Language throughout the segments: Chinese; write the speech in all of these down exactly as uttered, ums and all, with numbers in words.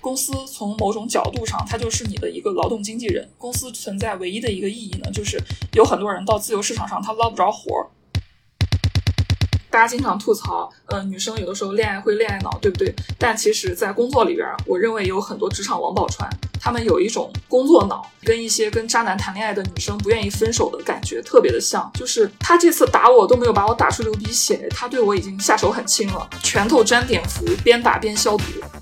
公司从某种角度上它就是你的一个劳动经纪人，公司存在唯一的一个意义呢，就是有很多人到自由市场上他捞不着活儿。大家经常吐槽呃，女生有的时候恋爱会恋爱脑，对不对？但其实在工作里边，我认为有很多职场王宝钏，他们有一种工作脑，跟一些跟渣男谈恋爱的女生不愿意分手的感觉特别的像。就是他这次打我都没有把我打出流鼻血，他对我已经下手很轻了，拳头沾碘伏，边打边消毒。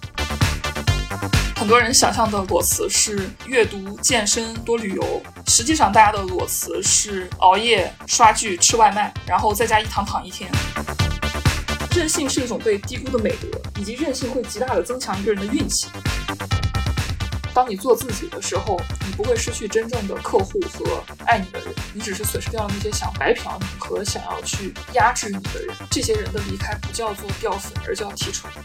很多人想象的裸辞是阅读、健身、多旅游，实际上大家的裸辞是熬夜、刷剧、吃外卖，然后再加一躺躺一天。任性是一种被低估的美德，以及任性会极大的增强一个人的运气。当你做自己的时候，你不会失去真正的客户和爱你的人，你只是损失掉了那些想白嫖你和想要去压制你的人。这些人的离开不叫做掉粉，而叫提纯。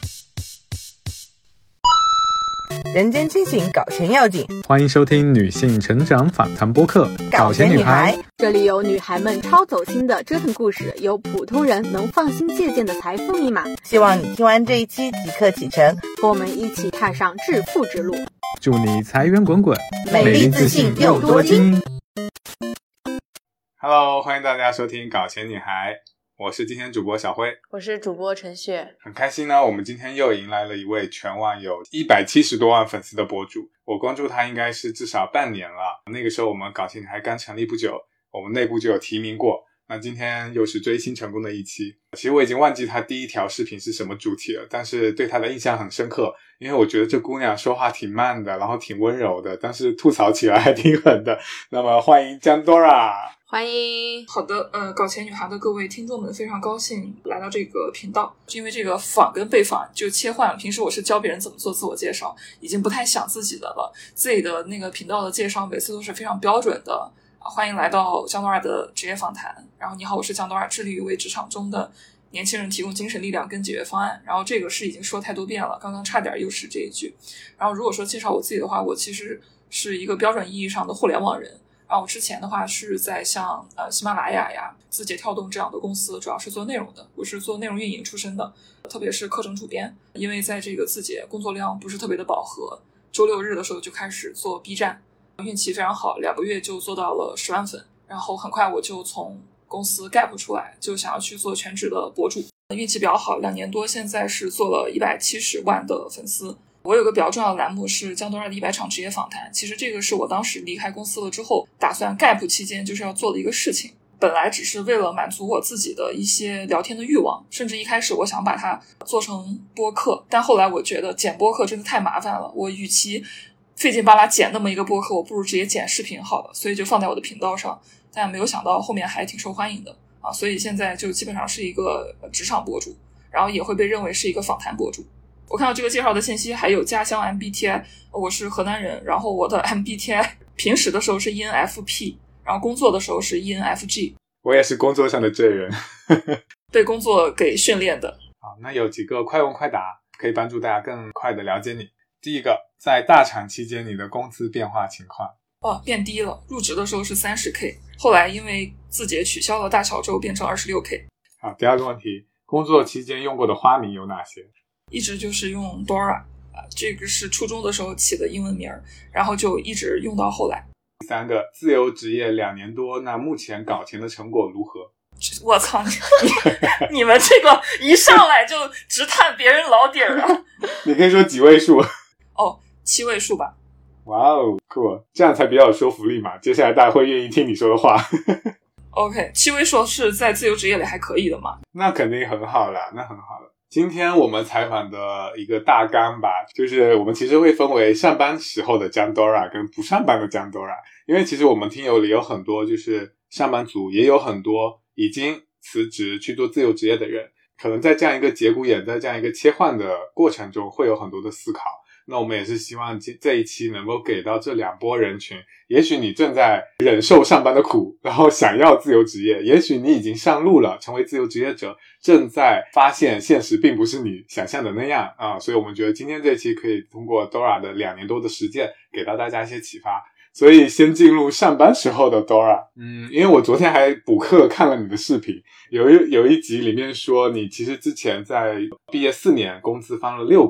人间清醒，搞钱要紧。 欢迎收听女性成长访谈播客《 搞钱女孩》， 这里有女孩们超走心的折腾故事，有普通人能放心借鉴的财富密码。 希望你听完这一期即刻启程， 和我们一起踏上致富之路。 祝你财源滚滚， 美丽自信又多金。 Hello， 欢迎大家收听《搞钱女孩》，我是今天主播小辉， 我是主播陈雪。 很开心呢，我们今天又迎来了一位全网有一百七十多万粉丝的博主，我关注他应该是至少半年了，那个时候我们搞钱女孩刚成立不久，我们内部就有提名过，那今天又是追星成功的一期。其实我已经忘记他第一条视频是什么主题了，但是对他的印象很深刻，因为我觉得这姑娘说话挺慢的，然后挺温柔的，但是吐槽起来还挺狠的。那么欢迎江 Dora。 欢迎。 好的，呃，搞钱女孩的各位听众们，非常高兴来到这个频道，因为这个访跟被访就切换了。平时我是教别人怎么做自我介绍，已经不太想自己的了，自己的那个频道的介绍每次都是非常标准的。啊、欢迎来到江 Dora 的职业访谈。然后你好，我是江 Dora，致力于为职场中的年轻人提供精神力量跟解决方案。然后这个是已经说太多遍了，刚刚差点又是这一句。然后如果说介绍我自己的话，我其实是一个标准意义上的互联网人。然后我之前的话是在像呃喜马拉雅呀、字节跳动这样的公司，主要是做内容的，我是做内容运营出身的，特别是课程主编。因为在这个字节工作量不是特别的饱和，周六日的时候就开始做 B 站，运气非常好，两个月就做到了十万粉。然后很快我就从公司 gap 出来，就想要去做全职的博主，运气比较好，两年多现在是做了一百七十万的粉丝。我有个比较重要的栏目是江 Dora 的一百场职业访谈，其实这个是我当时离开公司了之后打算 gap 期间就是要做的一个事情。本来只是为了满足我自己的一些聊天的欲望，甚至一开始我想把它做成播客，但后来我觉得剪播客真的太麻烦了，我与其费劲巴拉剪那么一个播客，我不如直接剪视频好了，所以就放在我的频道上。但没有想到后面还挺受欢迎的啊，所以现在就基本上是一个职场博主，然后也会被认为是一个访谈博主。我看到这个介绍的信息还有家乡 M B T I， 我是河南人，然后我的 M B T I 平时的时候是 E N F P， 然后工作的时候是 E N F G。 我也是工作上的罪人被工作给训练的。 好，那有几个快问快答可以帮助大家更快的了解你。第一个，在大厂期间你的工资变化情况。 哦，变低了，入职的时候是 三十K， 后来因为字节取消了大小周变成 二十六K。 好，第二个问题，工作期间用过的花名有哪些？ 一直就是用 Dora， 啊，这个是初中的时候起的英文名，然后就一直用到后来。 第三个，自由职业两年多，那目前搞钱的成果如何？ 我操，你你们这个一上来就直探别人老底儿啊！ 你可以说几位数？ 哦，七位数吧。 哇哦，酷，这样才比较有说服力嘛，接下来大家会愿意听你说的话。 OK， 七位数是在自由职业里还可以的嘛？ 那肯定很好啦，那很好了。今天我们采访的一个大纲吧，就是我们其实会分为上班时候的江 Dora 跟不上班的江 Dora， 因为其实我们听友里有很多就是上班族，也有很多已经辞职去做自由职业的人，可能在这样一个节骨眼，在这样一个切换的过程中会有很多的思考。那我们也是希望这一期能够给到这两波人群，也许你正在忍受上班的苦，然后想要自由职业，也许你已经上路了，成为自由职业者，正在发现现实并不是你想象的那样啊。所以我们觉得今天这期可以通过 Dora 的两年多的实践给到大家一些启发。所以先进入上班时候的 Dora。嗯，因为我昨天还补课看了你的视频，有一有一集里面说你其实之前在毕业四年工资翻了六倍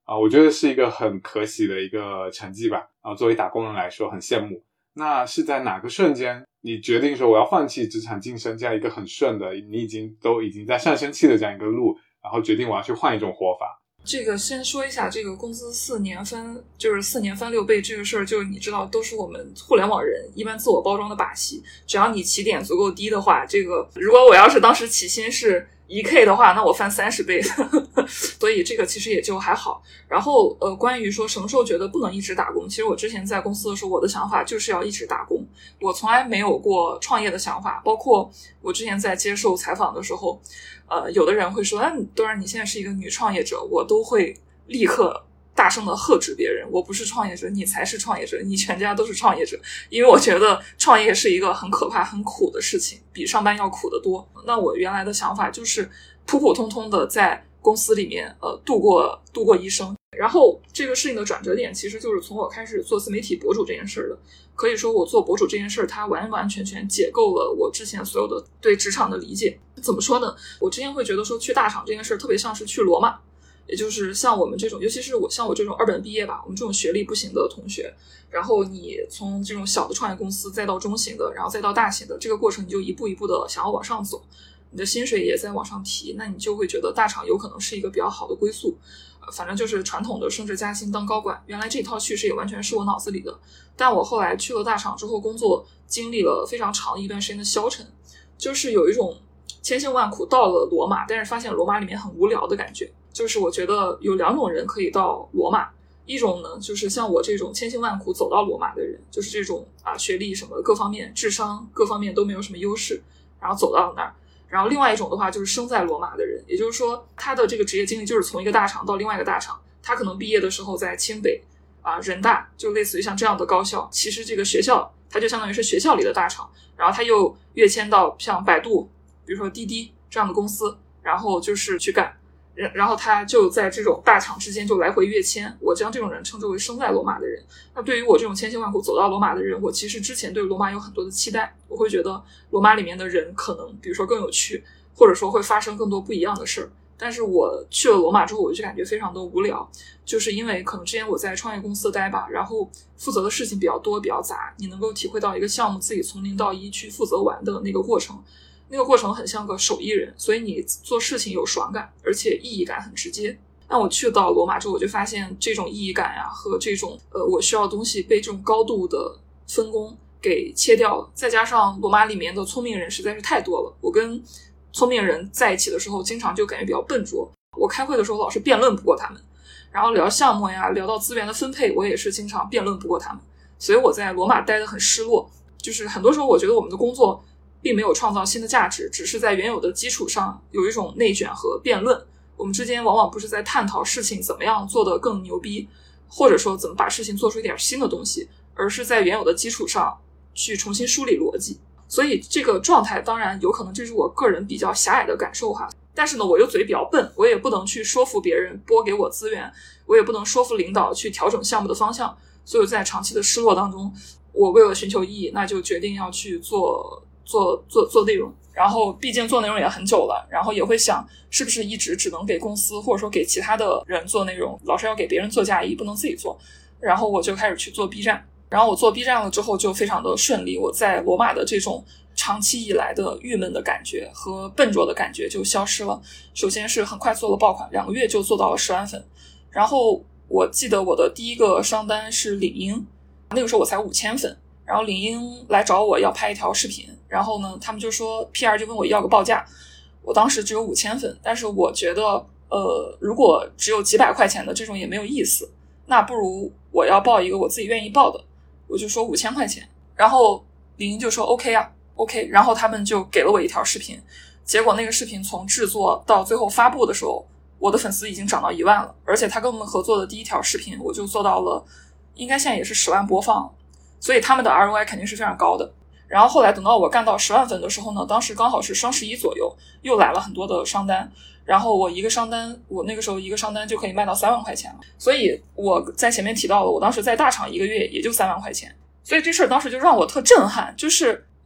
啊、呃，我觉得是一个很可喜的一个成绩吧。啊、呃，作为打工人来说很羡慕。那是在哪个瞬间你决定说我要放弃职场晋升这样一个很顺的，你已经都已经在上升期的这样一个路，然后决定我要去换一种活法？ 这个先说一下，这个工资四年翻就是四年翻六倍这个事儿，就你知道都是我们互联网人一般自我包装的把戏。只要你起点足够低的话，这个如果我要是当时起薪是一 K 的话，那我翻三十倍所以这个其实也就还好。然后呃，关于说什么时候觉得不能一直打工，其实我之前在公司的时候，我的想法就是要一直打工，我从来没有过创业的想法。包括我之前在接受采访的时候，呃，有的人会说，哎，当然你现在是一个女创业者，我都会立刻大声的呵斥别人，我不是创业者，你才是创业者，你全家都是创业者。因为我觉得创业是一个很可怕很苦的事情，比上班要苦得多。那我原来的想法就是普普通通的在公司里面呃度过度过一生。然后这个事情的转折点其实就是从我开始做自媒体博主这件事的。可以说我做博主这件事它完完全全解构了我之前所有的对职场的理解。怎么说呢，我之前会觉得说去大厂这件事特别像是去罗马，也就是像我们这种，尤其是我像我这种二本毕业吧，我们这种学历不行的同学，然后你从这种小的创业公司再到中型的，然后再到大型的，这个过程你就一步一步的想要往上走，你的薪水也在往上提，那你就会觉得大厂有可能是一个比较好的归宿。呃、反正就是传统的升职加薪当高管，原来这套叙事也完全是我脑子里的。但我后来去了大厂之后工作，经历了非常长一段时间的消沉，就是有一种千辛万苦到了罗马，但是发现罗马里面很无聊的感觉。就是我觉得有两种人可以到罗马，一种呢就是像我这种千辛万苦走到罗马的人，就是这种啊学历什么各方面智商各方面都没有什么优势，然后走到那儿。然后另外一种的话就是生在罗马的人，也就是说他的这个职业经历就是从一个大厂到另外一个大厂，他可能毕业的时候在清北啊人大，就类似于像这样的高校，其实这个学校它就相当于是学校里的大厂，然后他又跃迁到像百度比如说滴滴这样的公司，然后就是去干，然后他就在这种大厂之间就来回跃迁，我将这种人称之为生在罗马的人。那对于我这种千辛万苦走到罗马的人，我其实之前对罗马有很多的期待，我会觉得罗马里面的人可能比如说更有趣，或者说会发生更多不一样的事儿。但是我去了罗马之后，我就感觉非常的无聊，就是因为可能之前我在创业公司待吧，然后负责的事情比较多比较杂，你能够体会到一个项目自己从零到一去负责完的那个过程，那个过程很像个手艺人，所以你做事情有爽感，而且意义感很直接。那我去到罗马之后，我就发现这种意义感呀、啊、和这种呃我需要的东西被这种高度的分工给切掉了，再加上罗马里面的聪明人实在是太多了，我跟聪明人在一起的时候经常就感觉比较笨拙，我开会的时候老是辩论不过他们，然后聊项目呀聊到资源的分配，我也是经常辩论不过他们，所以我在罗马待得很失落。就是很多时候我觉得我们的工作并没有创造新的价值，只是在原有的基础上有一种内卷和辩论，我们之间往往不是在探讨事情怎么样做得更牛逼，或者说怎么把事情做出一点新的东西，而是在原有的基础上去重新梳理逻辑。所以这个状态当然有可能这是我个人比较狭隘的感受哈，但是呢我又嘴比较笨，我也不能去说服别人拨给我资源，我也不能说服领导去调整项目的方向，所以在长期的失落当中，我为了寻求意义，那就决定要去做做做做内容。然后毕竟做内容也很久了，然后也会想是不是一直只能给公司或者说给其他的人做内容，老是要给别人做嫁衣不能自己做，然后我就开始去做 B 站。然后我做 B 站了之后就非常的顺利，我在罗马的这种长期以来的郁闷的感觉和笨拙的感觉就消失了。首先是很快做了爆款，两个月就做到了十万粉。然后我记得我的第一个商单是领英，那个时候我才五千粉，然后领英来找我要拍一条视频，然后呢他们就说 P R 就问我要个报价，我当时只有五千粉，但是我觉得呃，如果只有几百块钱的这种也没有意思，那不如我要报一个我自己愿意报的，我就说五千块钱，然后领英就说 OK 啊 OK， 然后他们就给了我一条视频，结果那个视频从制作到最后发布的时候，我的粉丝已经涨到一万了，而且他跟我们合作的第一条视频我就做到了应该现在也是十万播放，所以他们的 R O I 肯定是非常高的。然后后来等到我干到十万粉的时候呢，当时刚好是双十一左右，又来了很多的商单，然后我一个商单，我那个时候一个商单就可以卖到三万块钱了。所以我在前面提到了，我当时在大厂一个月也就三万块钱，所以这事儿当时就让我特震撼，就是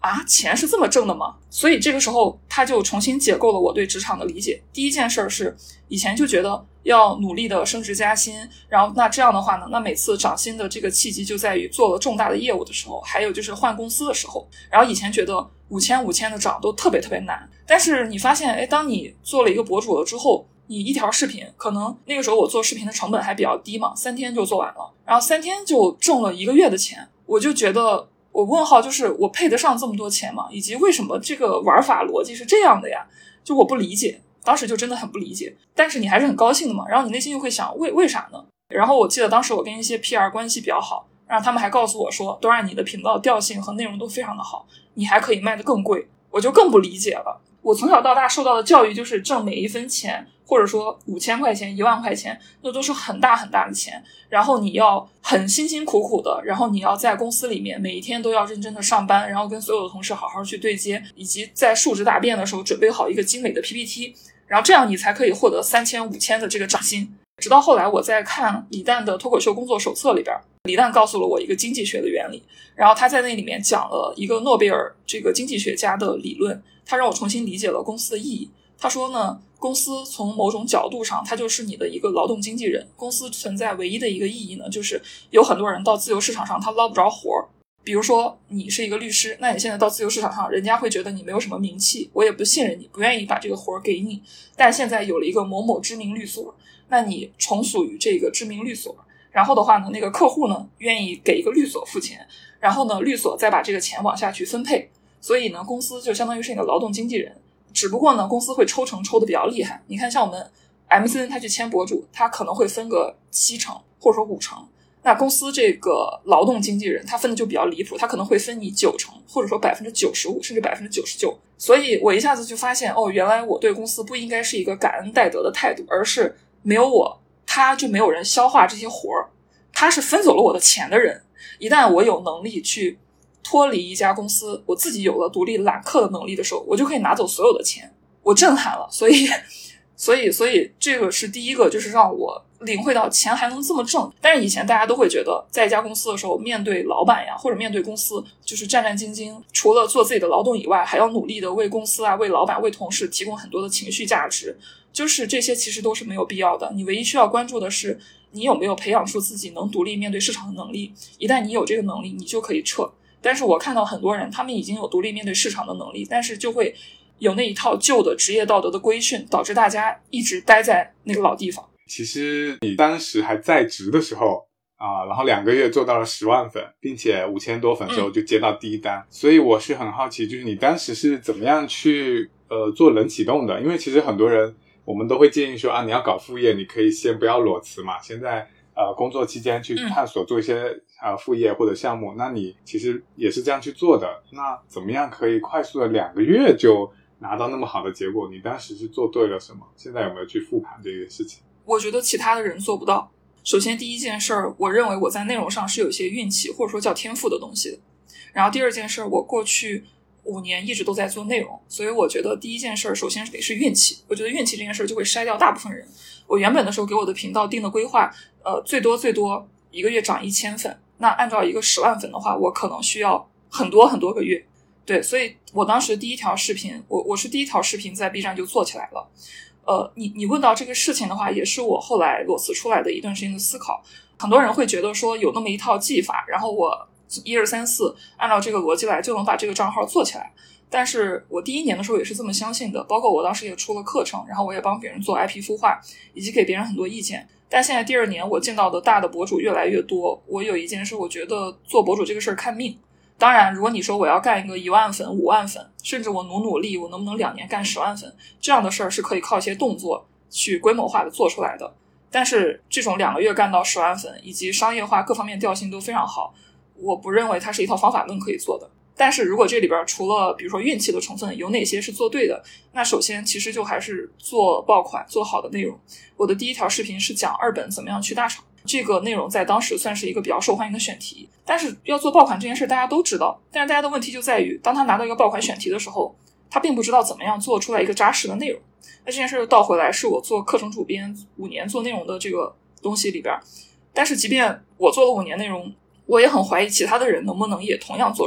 啊，钱是这么挣的吗？所以这个时候他就重新解构了我对职场的理解。第一件事是，以前就觉得要努力的升职加薪，然后那这样的话呢，那每次涨薪的这个契机就在于做了重大的业务的时候，还有就是换公司的时候。然后以前觉得五千五千的涨都特别特别难，但是你发现，哎，当你做了一个博主了之后，你一条视频，可能那个时候我做视频的成本还比较低嘛，三天就做完了，然后三天就挣了一个月的钱，我就觉得我问号就是我配得上这么多钱吗？以及为什么这个玩法逻辑是这样的呀？就我不理解，当时就真的很不理解。但是你还是很高兴的嘛，然后你内心又会想为为啥呢？然后我记得当时我跟一些 P R 关系比较好，然后他们还告诉我说，都让你的频道调性和内容都非常的好，你还可以卖得更贵。我就更不理解了。我从小到大受到的教育就是挣每一分钱，或者说五千块钱、一万块钱，那都是很大很大的钱。然后你要很辛辛苦苦的，然后你要在公司里面每一天都要认真的上班，然后跟所有的同事好好去对接，以及在述职答辩的时候准备好一个精美的 P P T， 然后这样你才可以获得三千、五千的这个涨薪。直到后来我在看李诞的脱口秀工作手册里边，李诞告诉了我一个经济学的原理，然后他在那里面讲了一个诺贝尔这个经济学家的理论，他让我重新理解了公司的意义。他说呢，公司从某种角度上它就是你的一个劳动经纪人，公司存在唯一的一个意义呢，就是有很多人到自由市场上他捞不着活儿。比如说你是一个律师，那你现在到自由市场上，人家会觉得你没有什么名气，我也不信任你，不愿意把这个活儿给你。但现在有了一个某某知名律所，那你从属于这个知名律所，然后的话呢，那个客户呢愿意给一个律所付钱，然后呢律所再把这个钱往下去分配，所以呢公司就相当于是你的劳动经纪人。只不过呢公司会抽成抽的比较厉害，你看像我们 M C N 他去签博主，他可能会分个七成或者说五成，那公司这个劳动经纪人他分的就比较离谱，他可能会分你九成，或者说百分之九十五，甚至百分之九十九。所以我一下子就发现，哦，原来我对公司不应该是一个感恩戴德的态度，而是没有我他就没有人消化这些活儿，他是分走了我的钱的人。一旦我有能力去脱离一家公司，我自己有了独立揽客的能力的时候，我就可以拿走所有的钱。我震撼了，所以所以所以这个是第一个，就是让我领会到钱还能这么挣。但是以前大家都会觉得在一家公司的时候，面对老板呀或者面对公司就是战战兢兢，除了做自己的劳动以外，还要努力的为公司啊为老板为同事提供很多的情绪价值，就是这些其实都是没有必要的。你唯一需要关注的是你有没有培养出自己能独立面对市场的能力，一旦你有这个能力，你就可以撤。但是我看到很多人他们已经有独立面对市场的能力，但是就会有那一套旧的职业道德的规训，导致大家一直待在那个老地方。 其实你当时还在职的时候啊、呃，然后两个月做到了十万粉，并且五千多粉之后就接到第一单、嗯、所以我是很好奇，就是你当时是怎么样去呃做冷启动的？因为其实很多人我们都会建议说啊，你要搞副业，你可以先不要裸辞嘛，现在呃工作期间去探索做一些、嗯呃副业或者项目，那你其实也是这样去做的。那怎么样可以快速的两个月就拿到那么好的结果？你当时是做对了什么？现在有没有去复盘这个事情？ 我觉得其他的人做不到。首先第一件事儿，我认为我在内容上是有一些运气或者说叫天赋的东西的。然后第二件事儿，我过去五年一直都在做内容，所以我觉得第一件事儿首先得是运气。我觉得运气这件事儿就会筛掉大部分人。我原本的时候给我的频道定的规划，呃，最多最多一个月涨一千粉，那按照一个十万粉的话，我可能需要很多很多个月。对，所以我当时第一条视频，我我是第一条视频在 B 站就做起来了。呃，你你问到这个事情的话，也是我后来裸辞出来的一段时间的思考。很多人会觉得说有那么一套技法，然后我一二三四按照这个逻辑来就能把这个账号做起来。但是我第一年的时候也是这么相信的，包括我当时也出了课程，然后我也帮别人做 I P 孵化，以及给别人很多意见。但现在第二年我见到的大的博主越来越多，我有一件事，我觉得做博主这个事儿看命。当然如果你说我要干一个一万粉五万粉，甚至我努努力我能不能两年干十万粉，这样的事儿是可以靠一些动作去规模化的做出来的。但是这种两个月干到十万粉以及商业化各方面调性都非常好，我不认为它是一套方法论可以做的。但是如果这里边除了比如说运气的成分有哪些是做对的，那首先其实就还是做爆款做好的内容。我的第一条视频是讲二本怎么样去大厂，这个内容在当时算是一个比较受欢迎的选题。但是要做爆款这件事大家都知道，但是大家的问题就在于当他拿到一个爆款选题的时候，他并不知道怎么样做出来一个扎实的内容。那这件事就倒回来是我做课程主编五年做内容的这个东西里边，但是即便我做了五年内容，我也很怀疑其他的人能不能也同样做出来。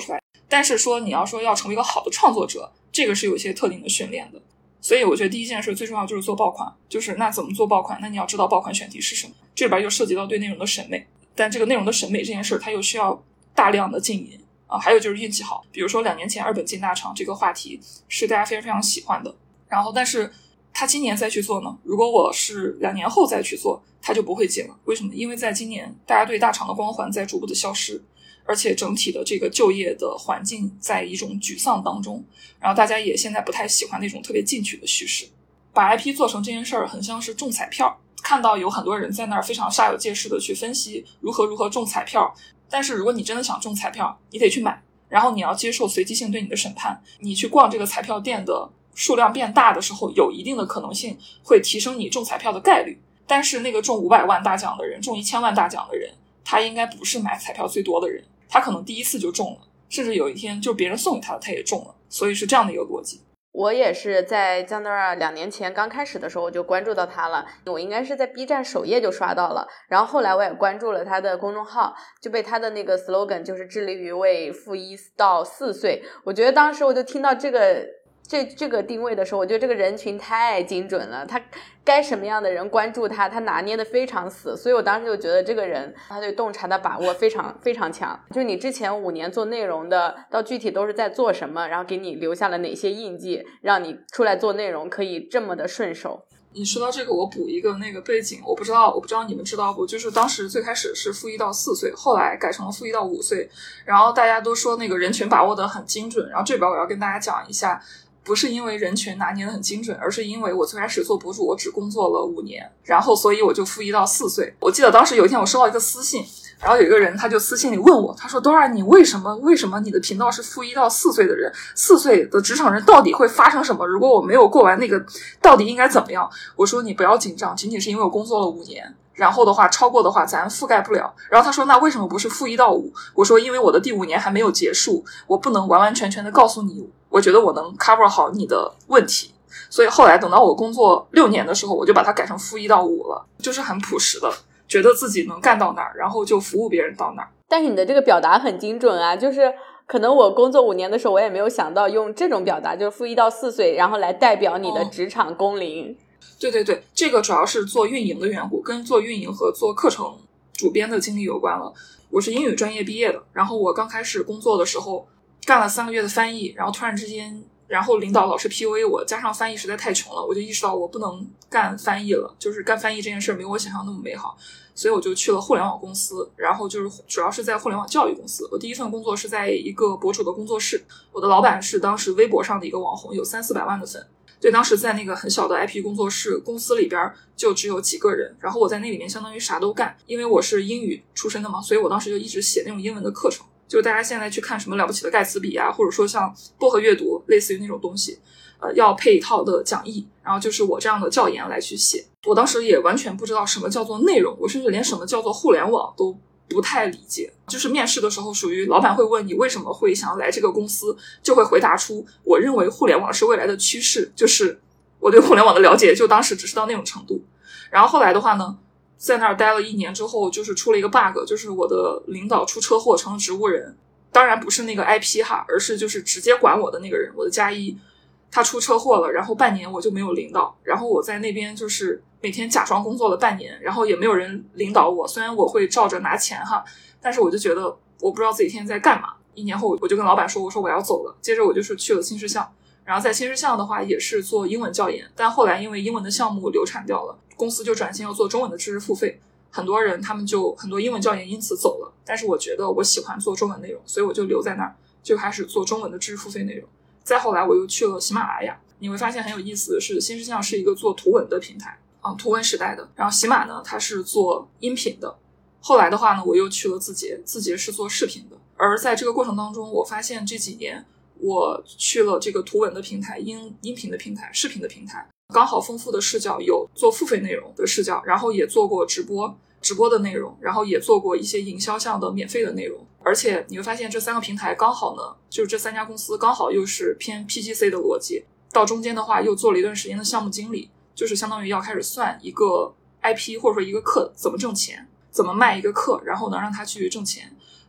但是说你要说要成为一个好的创作者，这个是有一些特定的训练的。所以我觉得第一件事最重要就是做爆款，就是那怎么做爆款，那你要知道爆款选题是什么，这里边又涉及到对内容的审美，但这个内容的审美这件事它又需要大量的经营啊，还有就是运气好。比如说两年前二本进大厂这个话题是大家非常非常喜欢的，然后但是他今年再去做呢，如果我是两年后再去做，他就不会进了。为什么？因为在今年大家对大厂的光环在逐步的消失，而且整体的这个就业的环境在一种沮丧当中，然后大家也现在不太喜欢那种特别进取的叙事。把 I P 做成这件事儿很像是中彩票，看到有很多人在那儿非常煞有介事的去分析如何如何中彩票，但是如果你真的想中彩票，你得去买，然后你要接受随机性对你的审判。你去逛这个彩票店的数量变大的时候，有一定的可能性会提升你中彩票的概率，但是那个中五百万大奖的人，中一千万大奖的人，他应该不是买彩票最多的人，他可能第一次就中了，甚至有一天就别人送给他的他也中了，所以是这样的一个逻辑。 我也是在江德尔两年前刚开始的时候我就关注到他了，我应该是在 B 站首页就刷到了，然后后来我也关注了他的公众号，就被他的那个 slogan 就是致力于为负一到四岁，我觉得当时我就听到这个这这个定位的时候，我觉得这个人群太精准了，他该什么样的人关注他，他拿捏的非常死，所以我当时就觉得这个人他对洞察的把握非常非常强。就你之前五年做内容的，到具体都是在做什么，然后给你留下了哪些印记，让你出来做内容可以这么的顺手。 你说到这个，我补一个那个背景，我不知道我不知道你们知道不，就是当时最开始是负一到四岁，后来改成了负一到五岁，然后大家都说那个人群把握的很精准，然后这边我要跟大家讲一下，不是因为人群拿捏的很精准，而是因为我最开始做博主我只工作了五年，然后所以我就负一到四岁。我记得当时有一天我收到一个私信，然后有一个人他就私信里问我，他说 Dora 你为什么为什么你的频道是负一到四岁的人，四岁的职场人到底会发生什么，如果我没有过完那个到底应该怎么样。我说你不要紧张，仅仅是因为我工作了五年，然后的话超过的话咱覆盖不了。然后他说那为什么不是负一到五？我说因为我的第五年还没有结束，我不能完完全全的告诉你我觉得我能 cover 好你的问题，所以后来等到我工作六年的时候，我就把它改成负一到五了，就是很朴实的觉得自己能干到哪儿，然后就服务别人到哪儿。 但是你的这个表达很精准啊，就是可能我工作五年的时候我也没有想到用这种表达，就是负一到四岁然后来代表你的职场工龄、哦、 对对对，这个主要是做运营的缘故，跟做运营和做课程主编的经历有关了。我是英语专业毕业的，然后我刚开始工作的时候干了三个月的翻译，然后突然之间然后领导老是 P U A 我，加上翻译实在太穷了，我就意识到我不能干翻译了，就是干翻译这件事没有我想象那么美好，所以我就去了互联网公司，然后就是主要是在互联网教育公司。我第一份工作是在一个博主的工作室，我的老板是当时微博上的一个网红，有三四百万的粉。对，当时在那个很小的 I P 工作室，公司里边就只有几个人，然后我在那里面相当于啥都干，因为我是英语出身的嘛，所以我当时就一直写那种英文的课程，就是大家现在去看什么了不起的盖茨比啊，或者说像薄荷阅读类似于那种东西，呃，要配一套的讲义，然后就是我这样的教研来去写。我当时也完全不知道什么叫做内容，我甚至连什么叫做互联网都不太理解。就是面试的时候属于老板会问你为什么会想要来这个公司，就会回答出我认为互联网是未来的趋势，就是我对互联网的了解就当时只是到那种程度。然后后来的话呢，在那儿待了一年之后，就是出了一个 bug， 就是我的领导出车祸成了植物人，当然不是那个 I P 哈，而是就是直接管我的那个人，我的加一他出车祸了，然后半年我就没有领导，然后我在那边就是每天假装工作了半年，然后也没有人领导我，虽然我会照着拿钱哈，但是我就觉得我不知道自己天天在干嘛。一年后我就跟老板说，我说我要走了，接着我就是去了新世相，然后在新世相的话也是做英文教研，但后来因为英文的项目流产掉了，公司就转型要做中文的知识付费，很多人他们就很多英文教研因此走了，但是我觉得我喜欢做中文内容，所以我就留在那儿，就开始做中文的知识付费内容。再后来我又去了喜马拉雅，你会发现很有意思的是，新世相是一个做图文的平台啊、嗯，图文时代的，然后喜马呢它是做音频的。后来的话呢，我又去了字节，字节是做视频的。而在这个过程当中，我发现这几年我去了这个图文的平台、音音频的平台、视频的平台，刚好丰富的视角，有做付费内容的视角，然后也做过直播直播的内容，然后也做过一些营销项的免费的内容。而且你会发现这三个平台刚好呢，就是这三家公司刚好又是偏 P G C 的逻辑，到中间的话又做了一段时间的项目经理，就是相当于要开始算一个 I P 或者说一个课怎么挣钱，怎么卖一个课，然后能让它去挣钱。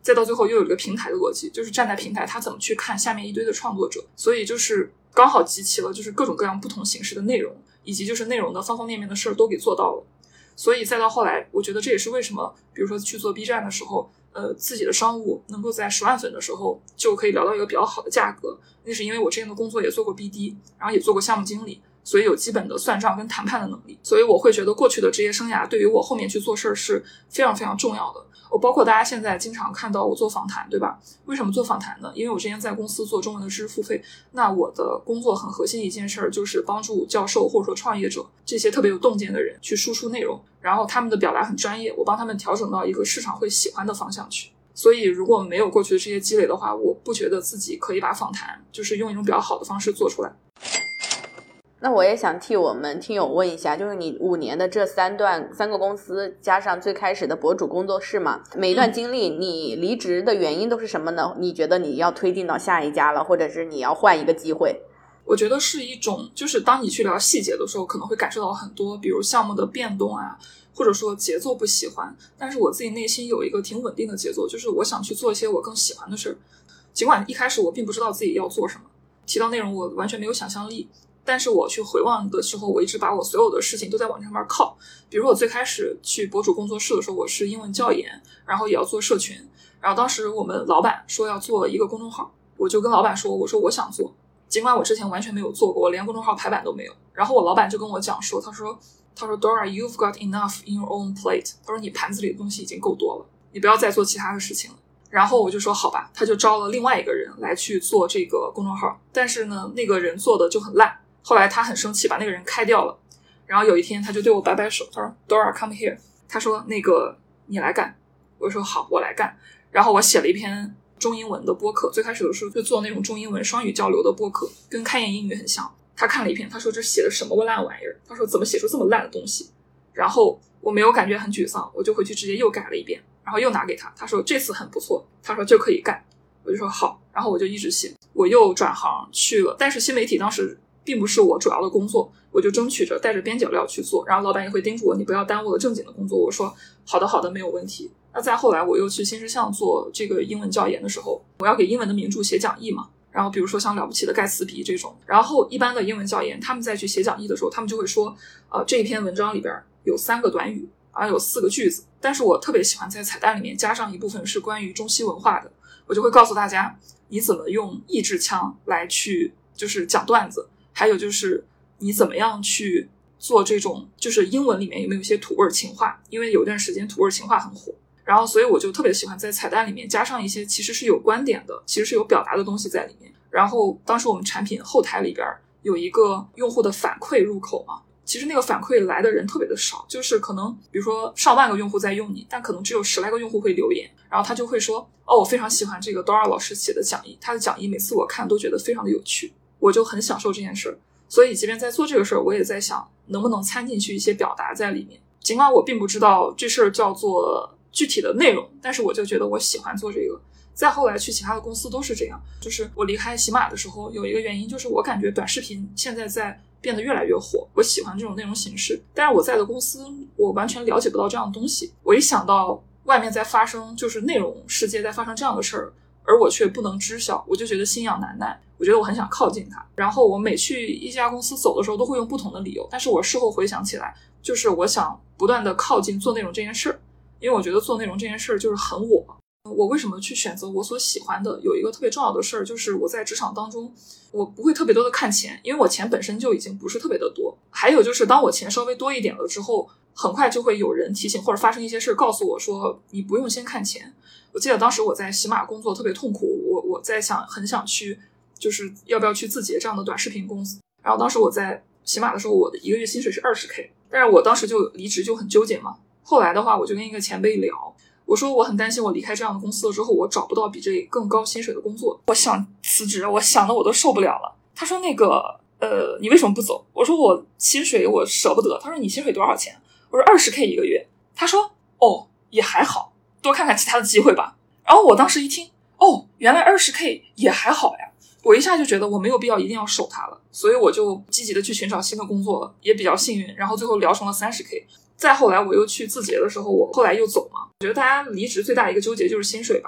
再到最后又有一个平台的逻辑，就是站在平台他怎么去看下面一堆的创作者，所以就是刚好集齐了就是各种各样不同形式的内容，以及就是内容的方方面面的事儿都给做到了。所以再到后来，我觉得这也是为什么比如说去做 B 站的时候，呃，自己的商务能够在十万粉的时候就可以聊到一个比较好的价格，那是因为我之前的工作也做过 B D， 然后也做过项目经理，所以有基本的算账跟谈判的能力，所以我会觉得过去的职业生涯对于我后面去做事儿是非常非常重要的。我包括大家现在经常看到我做访谈，对吧？为什么做访谈呢？因为我之前在公司做中文的知识付费，那我的工作很核心一件事儿就是帮助教授或者说创业者这些特别有洞见的人去输出内容，然后他们的表达很专业，我帮他们调整到一个市场会喜欢的方向去。所以如果没有过去的这些积累的话，我不觉得自己可以把访谈就是用一种比较好的方式做出来。 那我也想替我们听友问一下，就是你五年的这三段三个公司加上最开始的博主工作室嘛，每一段经历你离职的原因都是什么呢？你觉得你要推进到下一家了，或者是你要换一个机会？ 我觉得是一种，就是当你去聊细节的时候可能会感受到很多，比如项目的变动啊，或者说节奏不喜欢，但是我自己内心有一个挺稳定的节奏，就是我想去做一些我更喜欢的事儿。尽管一开始我并不知道自己要做什么，提到内容我完全没有想象力，但是我去回望的时候，我一直把我所有的事情都在往上面靠。比如我最开始去博主工作室的时候，我是英文教研，然后也要做社群，然后当时我们老板说要做一个公众号，我就跟老板说，我说我想做，尽管我之前完全没有做过，我连公众号排版都没有。然后我老板就跟我讲说，他说他说 Dora you've got enough in your own plate， 他说你盘子里的东西已经够多了，你不要再做其他的事情了。然后我就说好吧，他就招了另外一个人来去做这个公众号，但是呢那个人做的就很烂，后来他很生气，把那个人开掉了。然后有一天他就对我摆摆手，他说 Dora come here， 他说那个你来干。我说好，我来干。然后我写了一篇中英文的播客，最开始的时候就做那种中英文双语交流的播客，跟开言英语很像。他看了一篇，他说这写的什么烂玩意儿，他说怎么写出这么烂的东西。然后我没有感觉很沮丧，我就回去直接又改了一遍，然后又拿给他，他说这次很不错，他说就可以干。我就说好，然后我就一直写。我又转行去了，但是新媒体当时并不是我主要的工作，我就争取着带着边角料去做，然后老板也会叮嘱我，你不要耽误了正经的工作。我说好的好的，没有问题。那再后来我又去新世相做这个英文教研的时候，我要给英文的名著写讲义嘛，然后比如说像了不起的盖茨比这种，然后一般的英文教研他们在去写讲义的时候，他们就会说呃，这一篇文章里边有三个短语，然后有四个句子，但是我特别喜欢在彩蛋里面加上一部分是关于中西文化的，我就会告诉大家你怎么用意志腔来去就是讲段子，还有就是你怎么样去做这种就是英文里面有没有一些土味情话，因为有段时间土味情话很火，然后所以我就特别喜欢在彩蛋里面加上一些其实是有观点的，其实是有表达的东西在里面。然后当时我们产品后台里边有一个用户的反馈入口嘛，其实那个反馈来的人特别的少，就是可能比如说上万个用户在用你，但可能只有十来个用户会留言，然后他就会说哦，我非常喜欢这个 Dora 老师写的讲义，他的讲义每次我看都觉得非常的有趣，我就很享受这件事。所以即便在做这个事儿，我也在想能不能掺进去一些表达在里面，尽管我并不知道这事儿叫做具体的内容，但是我就觉得我喜欢做这个。再后来去其他的公司都是这样，就是我离开喜马的时候有一个原因，就是我感觉短视频现在在变得越来越火，我喜欢这种内容形式，但是我在的公司我完全了解不到这样的东西。我一想到外面在发生就是内容世界在发生这样的事儿，而我却不能知晓，我就觉得心痒难耐，我觉得我很想靠近它。然后我每去一家公司走的时候都会用不同的理由，但是我事后回想起来，就是我想不断的靠近做内容这件事儿，因为我觉得做内容这件事儿就是很我。我为什么去选择我所喜欢的，有一个特别重要的事儿，就是我在职场当中我不会特别多的看钱，因为我钱本身就已经不是特别的多。还有就是当我钱稍微多一点了之后，很快就会有人提醒或者发生一些事告诉我说你不用先看钱。我记得当时我在喜马工作特别痛苦，我我在想很想去就是要不要去字节这样的短视频公司，然后当时我在喜马的时候我的一个月薪水是 二十K， 但是我当时就离职就很纠结嘛。后来的话我就跟一个前辈聊，我说我很担心我离开这样的公司了之后我找不到比这更高薪水的工作，我想辞职，我想的我都受不了了。他说那个呃，你为什么不走？我说我薪水我舍不得。他说你薪水多少钱？我说 二十K 一个月。他说哦也还好，多看看其他的机会吧。然后我当时一听哦原来 二十K 也还好呀，我一下就觉得我没有必要一定要守它了，所以我就积极的去寻找新的工作了，也比较幸运，然后最后聊成了 三十K。再后来我又去字节的时候，我后来又走嘛，我觉得大家离职最大一个纠结就是薪水吧。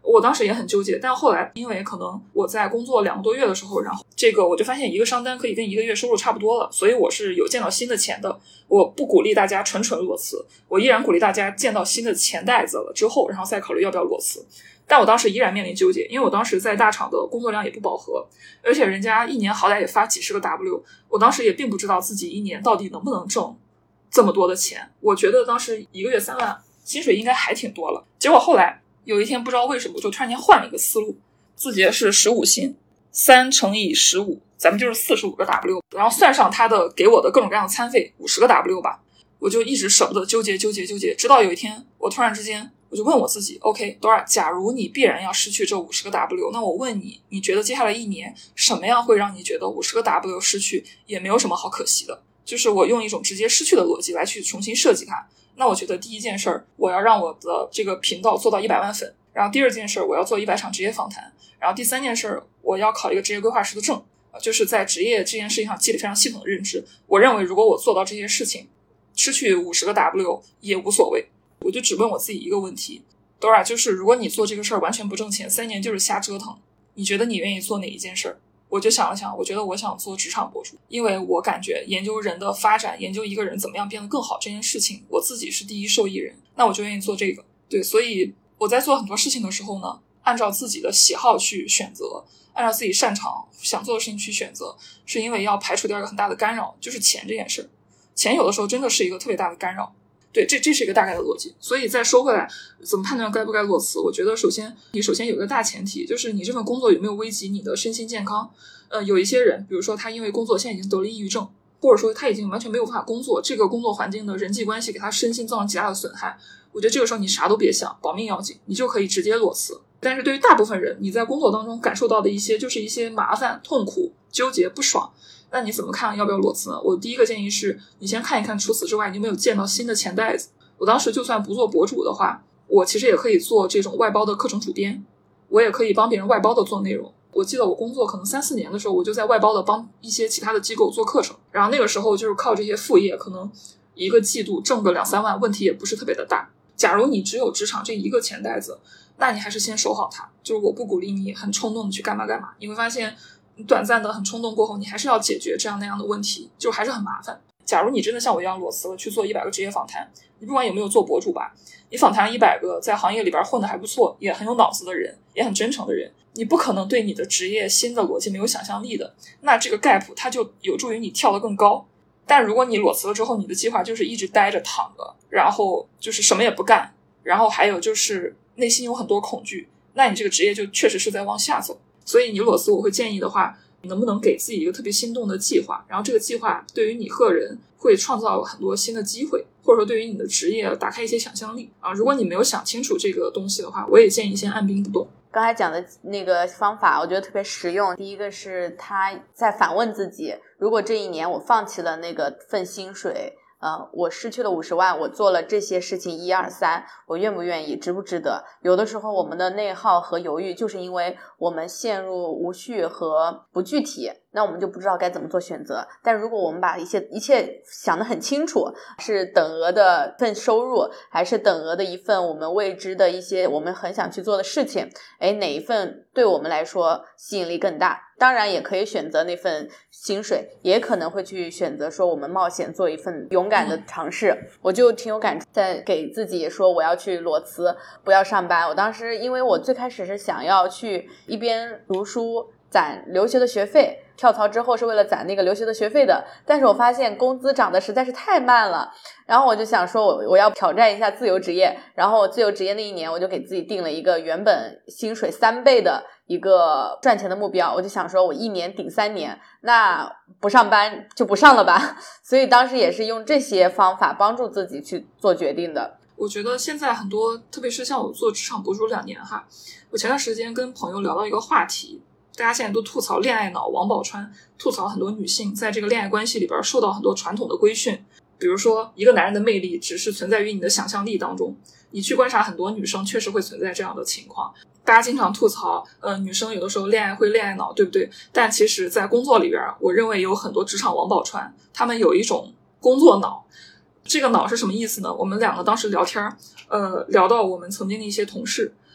我当时也很纠结，但后来因为可能我在工作两个多月的时候，然后这个我就发现一个商单可以跟一个月收入差不多了，所以我是有见到新的钱的。我不鼓励大家纯纯裸辞，我依然鼓励大家见到新的钱袋子了之后，然后再考虑要不要裸辞。但我当时依然面临纠结，因为我当时在大厂的工作量也不饱和，而且人家一年好歹也发几十个 W， 我当时也并不知道自己一年到底能不能挣这么多的钱。我觉得当时一个月三万薪水应该还挺多了。结果后来有一天不知道为什么就突然间换了一个思路，字节是十五薪，三乘以十五，咱们就是四十五个 W， 然后算上他的给我的各种各样的餐费五十个 W 吧。我就一直舍不得纠结纠结纠结，直到有一天我突然之间我就问我自己 OK Dora， 假如你必然要失去这五十个 W， 那我问你，你觉得接下来一年什么样会让你觉得五十个 W 失去也没有什么好可惜的？就是我用一种直接失去的逻辑来去重新设计它。那我觉得第一件事儿，我要让我的这个频道做到一百万粉，然后第二件事儿，我要做一百场职业访谈，然后第三件事儿，我要考一个职业规划师的证，就是在职业这件事情上积累非常系统的认知。我认为如果我做到这些事情，失去五十个 W 也无所谓。我就只问我自己一个问题 Dora， 就是如果你做这个事儿完全不挣钱，三年就是瞎折腾，你觉得你愿意做哪一件事儿？我就想了想，我觉得我想做职场博主，因为我感觉研究人的发展，研究一个人怎么样变得更好这件事情，我自己是第一受益人，那我就愿意做这个。对，所以我在做很多事情的时候呢，按照自己的喜好去选择，按照自己擅长想做的事情去选择，是因为要排除掉一个很大的干扰，就是钱这件事。钱有的时候真的是一个特别大的干扰。对，这这是一个大概的逻辑。所以再说回来，怎么判断该不该裸辞？我觉得首先你首先有一个大前提，就是你这份工作有没有危及你的身心健康。呃，有一些人，比如说他因为工作现在已经得了抑郁症，或者说他已经完全没有办法工作，这个工作环境的人际关系给他身心造成极大的损害，我觉得这个时候你啥都别想，保命要紧，你就可以直接裸辞。但是对于大部分人，你在工作当中感受到的一些就是一些麻烦、痛苦、纠结、不爽，那你怎么看要不要裸辞呢？我第一个建议是你先看一看，除此之外你有没有见到新的钱袋子。我当时就算不做博主的话，我其实也可以做这种外包的课程主编，我也可以帮别人外包的做内容。我记得我工作可能三四年的时候，我就在外包的帮一些其他的机构做课程，然后那个时候就是靠这些副业，可能一个季度挣个两三万，问题也不是特别的大。假如你只有职场这一个钱袋子，那你还是先守好它。就是我不鼓励你很冲动的去干嘛干嘛，你会发现短暂的很冲动过后，你还是要解决这样那样的问题，就还是很麻烦。假如你真的像我一样裸辞了，去做一百个职业访谈，你不管有没有做博主吧，你访谈了一百个在行业里边混得还不错，也很有脑子的人，也很真诚的人，你不可能对你的职业新的逻辑没有想象力的，那这个 gap 它就有助于你跳得更高。但如果你裸辞了之后，你的计划就是一直待着躺着，然后就是什么也不干，然后还有就是内心有很多恐惧，那你这个职业就确实是在往下走。所以你裸辞，我会建议的话，你能不能给自己一个特别心动的计划，然后这个计划对于你个人会创造很多新的机会，或者说对于你的职业打开一些想象力啊。如果你没有想清楚这个东西的话，我也建议先按兵不动。 刚才讲的那个方法我觉得特别实用。第一个是他在反问自己，如果这一年我放弃了那个份薪水，呃，我失去了五十万，我做了这些事情一二三，我愿不愿意，值不值得？有的时候我们的内耗和犹豫就是因为我们陷入无序和不具体，那我们就不知道该怎么做选择。但如果我们把一切一切想得很清楚，是等额的份收入，还是等额的一份我们未知的一些我们很想去做的事情，诶，哪一份对我们来说吸引力更大？当然也可以选择那份薪水，也可能会去选择说我们冒险做一份勇敢的尝试。嗯、我就挺有感触，在给自己说我要去裸辞，不要上班。我当时因为我最开始是想要去一边读书攒留学的学费，跳槽之后是为了攒那个留学的学费的，但是我发现工资涨得实在是太慢了，然后我就想说我我要挑战一下自由职业，然后自由职业那一年我就给自己定了一个原本薪水三倍的一个赚钱的目标，我就想说我一年顶三年，那不上班就不上了吧，所以当时也是用这些方法帮助自己去做决定的。 我觉得现在很多，特别是像我做职场博主两年哈，我前段时间跟朋友聊到一个话题，大家现在都吐槽恋爱脑王宝钏，吐槽很多女性在这个恋爱关系里边受到很多传统的规训，比如说一个男人的魅力只是存在于你的想象力当中，你去观察很多女生确实会存在这样的情况。大家经常吐槽呃，女生有的时候恋爱会恋爱脑，对不对？但其实在工作里边，我认为有很多职场王宝钏，他们有一种工作脑。这个脑是什么意思呢？我们两个当时聊天呃，聊到我们曾经的一些同事，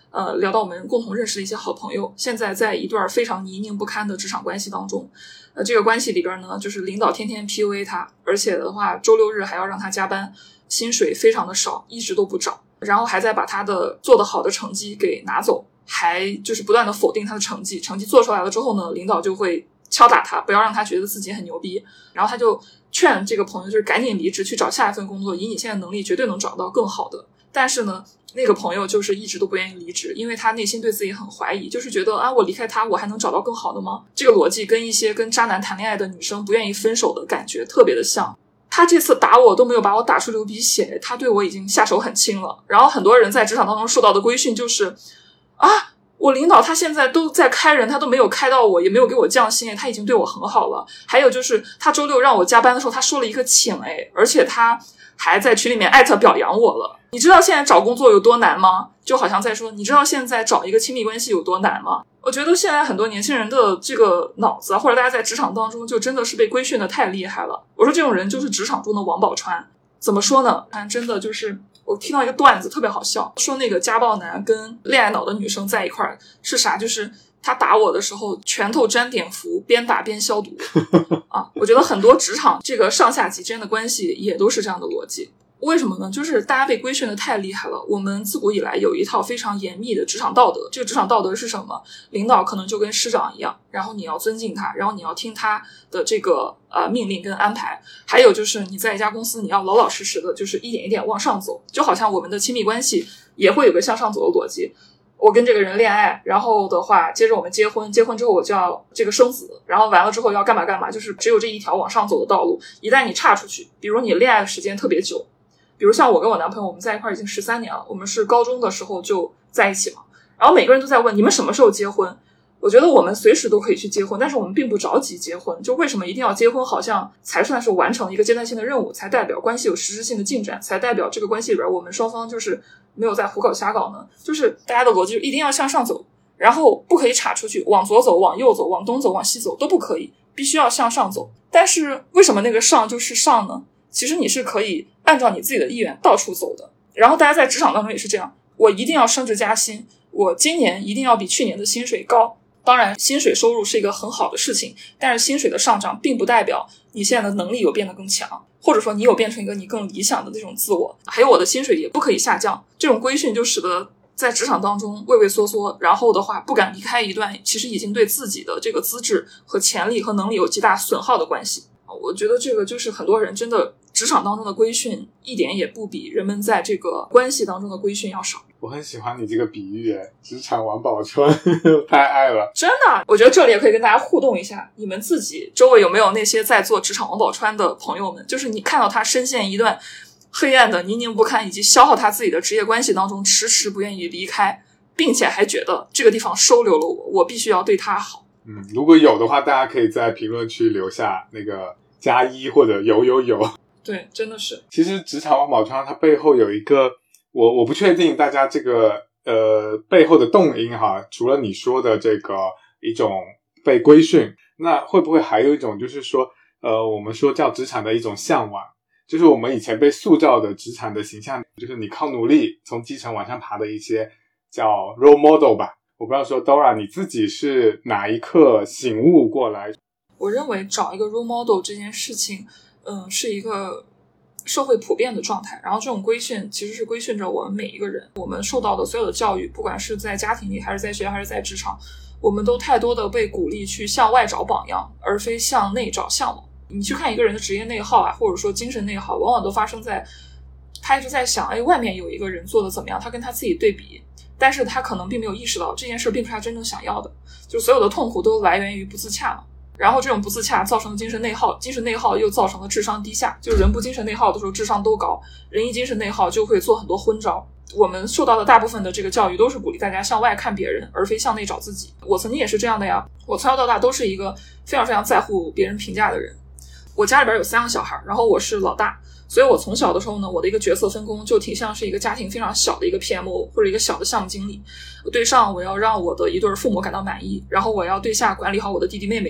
呃，聊到我们共同认识的一些好朋友，现在在一段非常泥泞不堪的职场关系当中。呃，这个关系里边呢，就是领导天天 P U A 他，而且的话，周六日还要让他加班，薪水非常的少，一直都不涨，然后还在把他的做得好的成绩给拿走，还就是不断的否定他的成绩，成绩做出来了之后呢，领导就会敲打他，不要让他觉得自己很牛逼，然后他就劝这个朋友就是赶紧离职去找下一份工作，以你现在能力绝对能找到更好的。但是呢，那个朋友就是一直都不愿意离职，因为他内心对自己很怀疑，就是觉得啊，我离开他我还能找到更好的吗？这个逻辑跟一些跟渣男谈恋爱的女生不愿意分手的感觉特别的像。他这次打我都没有把我打出流鼻血，他对我已经下手很轻了。然后很多人在职场当中受到的规训就是啊，我领导他现在都在开人，他都没有开到我，也没有给我降薪，他已经对我很好了。还有就是他周六让我加班的时候，他说了一个请，哎，而且他还在群里面艾特表扬我了。你知道现在找工作有多难吗？就好像在说，你知道现在找一个亲密关系有多难吗？我觉得现在很多年轻人的这个脑子，或者大家在职场当中就真的是被规训的太厉害了。我说这种人就是职场中的王宝钏。怎么说呢？真的就是我听到一个段子特别好笑，说那个家暴男跟恋爱脑的女生在一块儿是啥？就是他打我的时候拳头沾碘伏，边打边消毒啊！我觉得很多职场这个上下级之间的关系也都是这样的逻辑。为什么呢？就是大家被规训的太厉害了。我们自古以来有一套非常严密的职场道德，这个职场道德是什么？领导可能就跟师长一样，然后你要尊敬他，然后你要听他的这个呃命令跟安排。还有就是你在一家公司你要老老实实的，就是一点一点往上走。就好像我们的亲密关系也会有个向上走的逻辑。我跟这个人恋爱，然后的话接着我们结婚，结婚之后我就要这个生子，然后完了之后要干嘛干嘛，就是只有这一条往上走的道路。一旦你岔出去，比如你恋爱的时间特别久，比如像我跟我男朋友，我们在一块已经十三年了，我们是高中的时候就在一起嘛。然后每个人都在问你们什么时候结婚？我觉得我们随时都可以去结婚，但是我们并不着急结婚。就为什么一定要结婚？好像才算是完成一个阶段性的任务，才代表关系有实质性的进展，才代表这个关系里边我们双方就是没有在胡搞瞎搞呢。就是大家的逻辑就一定要向上走，然后不可以岔出去，往左走，往右走，往东走，往西走都不可以，必须要向上走。但是为什么那个上就是上呢？其实你是可以按照你自己的意愿到处走的。然后大家在职场当中也是这样，我一定要升职加薪，我今年一定要比去年的薪水高。当然薪水收入是一个很好的事情，但是薪水的上涨并不代表你现在的能力有变得更强，或者说你有变成一个你更理想的那种自我。还有我的薪水也不可以下降，这种规训就使得在职场当中畏畏缩缩，然后的话不敢离开一段其实已经对自己的这个资质和潜力和能力有极大损耗的关系。我觉得这个就是很多人真的职场当中的规训一点也不比人们在这个关系当中的规训要少。 我很喜欢你这个比喻，职场王宝钏太爱了， 真的。我觉得这里也可以跟大家互动一下，你们自己周围有没有那些在做职场王宝钏的朋友们，就是你看到他深陷一段黑暗的泥泞不堪以及消耗他自己的职业关系当中，迟迟不愿意离开，并且还觉得这个地方收留了我，我必须要对他好。 嗯，如果有的话，大家可以在评论区留下那个加一或者有有有。 对，真的是。 其实职场王宝钏它背后有一个，我我不确定大家这个呃背后的动因哈，除了你说的这个一种被规训，那会不会还有一种就是说呃我们说叫职场的一种向往，就是我们以前被塑造的职场的形象，就是你靠努力从基层往上爬的一些叫 role model 吧。我不知道说 Dora 你自己是哪一刻醒悟过来？ 我认为找一个 role model 这件事情嗯，是一个社会普遍的状态，然后这种规训其实是规训着我们每一个人，我们受到的所有的教育，不管是在家庭里还是在学校还是在职场，我们都太多的被鼓励去向外找榜样，而非向内找向往。你去看一个人的职业内耗啊，或者说精神内耗，往往都发生在他一直在想，哎，外面有一个人做的怎么样，他跟他自己对比，但是他可能并没有意识到这件事并不是他真正想要的，就所有的痛苦都来源于不自洽嘛。然后这种不自洽造成的精神内耗，精神内耗又造成了智商低下，就是人不精神内耗的时候智商都高，人一精神内耗就会做很多昏招。我们受到的大部分的这个教育都是鼓励大家向外看别人，而非向内找自己。我曾经也是这样的呀，我从小到大都是一个非常非常在乎别人评价的人。我家里边有三个小孩，然后我是老大，所以我从小的时候呢，我的一个角色分工就挺像是一个家庭非常小的一个 P M O 或者一个小的项目经理。对上我要让我的一对父母感到满意，然后我要对下管理好我的弟弟妹妹，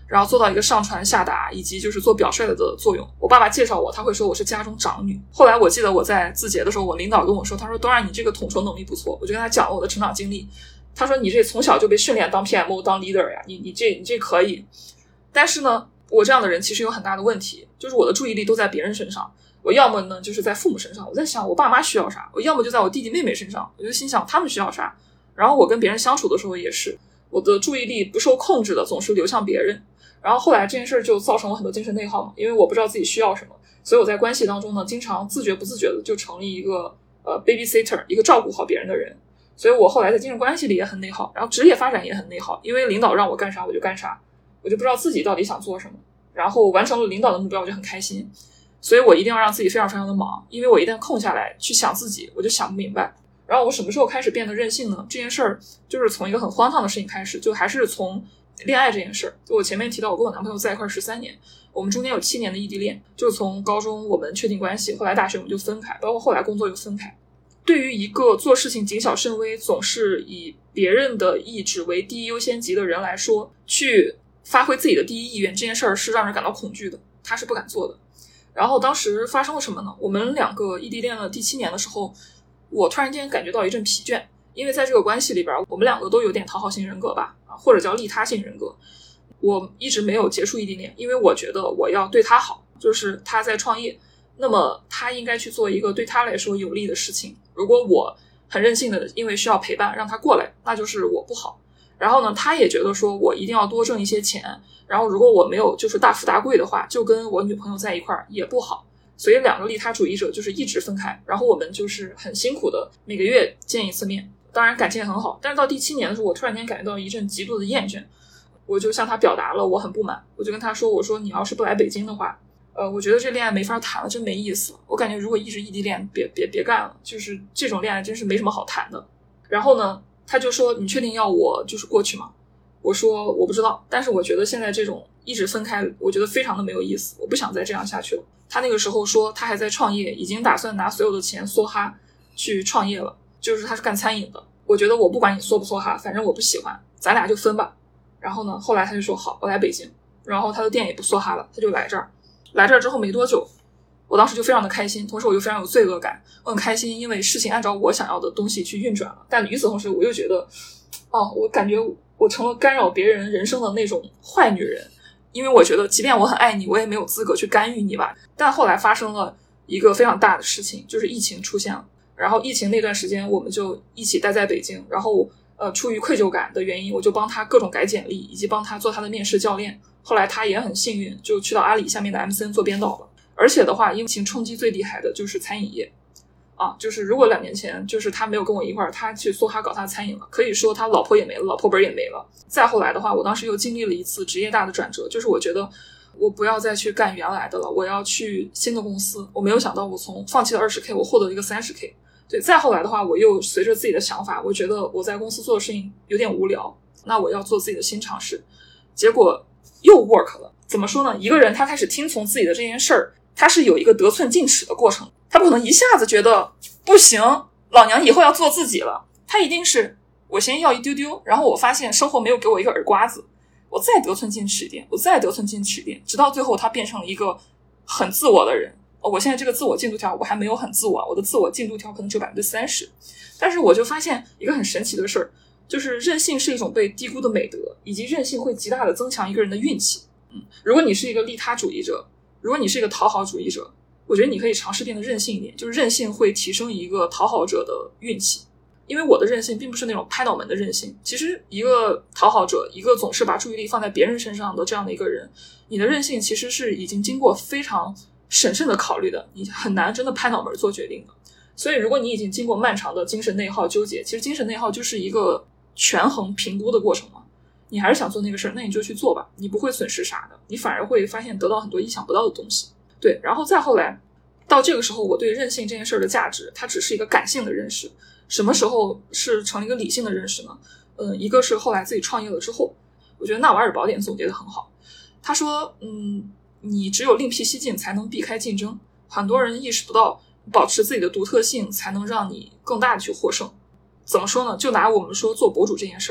然后做到一个上传下达以及就是做表率的作用。我爸爸介绍我，他会说我是家中长女。后来我记得我在字节的时候，我领导跟我说，他说当然你这个统筹能力不错，我就跟他讲了我的成长经历。他说你这从小就被训练当 P M O 当 leader 呀，你你这你这可以。但是呢，我这样的人其实有很大的问题，就是我的注意力都在别人身上。我要么呢就是在父母身上，我在想我爸妈需要啥，我要么就在我弟弟妹妹身上，我就心想他们需要啥。然后我跟别人相处的时候也是，我的注意力不受控制的总是流向别人。然后后来这件事就造成了很多精神内耗嘛，因为我不知道自己需要什么，所以我在关系当中呢，经常自觉不自觉的就成了一个呃 babysitter， 一个照顾好别人的人。所以我后来在精神关系里也很内耗，然后职业发展也很内耗，因为领导让我干啥我就干啥，我就不知道自己到底想做什么，然后完成了领导的目标我就很开心。所以我一定要让自己非常非常的忙，因为我一旦空下来去想自己，我就想不明白。然后我什么时候开始变得任性呢？这件事儿就是从一个很荒唐的事情开始，就还是从恋爱这件事儿。就我前面提到我跟我男朋友在一块十三年，我们中间有七年的异地恋，就是从高中我们确定关系，后来大学我们就分开，包括后来工作又分开。对于一个做事情谨小慎微，总是以别人的意志为第一优先级的人来说，去发挥自己的第一意愿，这件事儿是让人感到恐惧的，他是不敢做的。然后当时发生了什么呢？我们两个异地恋了第七年的时候，我突然间感觉到一阵疲倦，因为在这个关系里边，我们两个都有点讨好型人格吧，或者叫利他性人格。我一直没有结束异地恋，因为我觉得我要对他好，就是他在创业，那么他应该去做一个对他来说有利的事情。如果我很任性的因为需要陪伴让他过来，那就是我不好。然后呢，他也觉得说我一定要多挣一些钱，然后如果我没有就是大富大贵的话，就跟我女朋友在一块儿也不好。所以两个利他主义者就是一直分开，然后我们就是很辛苦的每个月见一次面，当然感情也很好。但是到第七年的时候，我突然间感觉到一阵极度的厌倦，我就向他表达了我很不满，我就跟他说，我说你要是不来北京的话，呃，我觉得这恋爱没法谈了，真没意思了。我感觉如果一直异地恋，别别别干了，就是这种恋爱真是没什么好谈的。然后呢，他就说你确定要我就是过去吗？我说我不知道，但是我觉得现在这种一直分开，我觉得非常的没有意思，我不想再这样下去了。他那个时候说他还在创业，已经打算拿所有的钱梭哈去创业了，就是他是干餐饮的。我觉得我不管你梭不梭哈，反正我不喜欢，咱俩就分吧。然后呢，后来他就说好，我来北京，然后他的店也不梭哈了，他就来这儿。来这儿之后没多久，我当时就非常的开心，同时我又非常有罪恶感。我很开心，因为事情按照我想要的东西去运转了。但与此同时，我又觉得哦，我感觉我成了干扰别人人生的那种坏女人。因为我觉得即便我很爱你，我也没有资格去干预你吧。但后来发生了一个非常大的事情，就是疫情出现了。然后疫情那段时间我们就一起待在北京，然后呃，出于愧疚感的原因，我就帮他各种改简历，以及帮他做他的面试教练。后来他也很幸运，就去到阿里下面的 M C N 做编导了。而且的话，疫情冲击最厉害的就是餐饮业啊，就是如果两年前就是他没有跟我一块儿，他去梭哈搞他的餐饮了，可以说他老婆也没了，老婆本也没了。再后来的话，我当时又经历了一次职业大的转折，就是我觉得我不要再去干原来的了，我要去新的公司。我没有想到我从放弃了 二十K 我获得了一个 三十K。 对，再后来的话，我又随着自己的想法，我觉得我在公司做的事情有点无聊，那我要做自己的新尝试。结果又 work 了。怎么说呢，一个人他开始听从自己的这件事儿，他是有一个得寸进尺的过程，他不可能一下子觉得不行，老娘以后要做自己了。他一定是我先要一丢丢，然后我发现生活没有给我一个耳刮子，我再得寸进尺一点，我再得寸进尺一点，直到最后他变成了一个很自我的人。我现在这个自我进度条我还没有很自我，我的自我进度条可能只有 百分之三十。 但是我就发现一个很神奇的事儿，就是韧性是一种被低估的美德，以及韧性会极大的增强一个人的运气。嗯，如果你是一个利他主义者，如果你是一个讨好主义者，我觉得你可以尝试变得任性一点，就是韧性会提升一个讨好者的运气。因为我的韧性并不是那种拍脑门的韧性，其实一个讨好者，一个总是把注意力放在别人身上的这样的一个人，你的韧性其实是已经经过非常审慎的考虑的，你很难真的拍脑门做决定的。所以如果你已经经过漫长的精神内耗纠结，其实精神内耗就是一个权衡评估的过程嘛。你还是想做那个事儿，那你就去做吧，你不会损失啥的，你反而会发现得到很多意想不到的东西。对，然后再后来到这个时候，我对韧性这件事儿的价值，它只是一个感性的认识。什么时候是成了一个理性的认识呢？嗯，一个是后来自己创业了之后，我觉得纳瓦尔宝典总结得很好。他说，嗯，你只有另辟蹊径才能避开竞争，很多人意识不到保持自己的独特性才能让你更大的去获胜。怎么说呢？就拿我们说做博主这件事儿，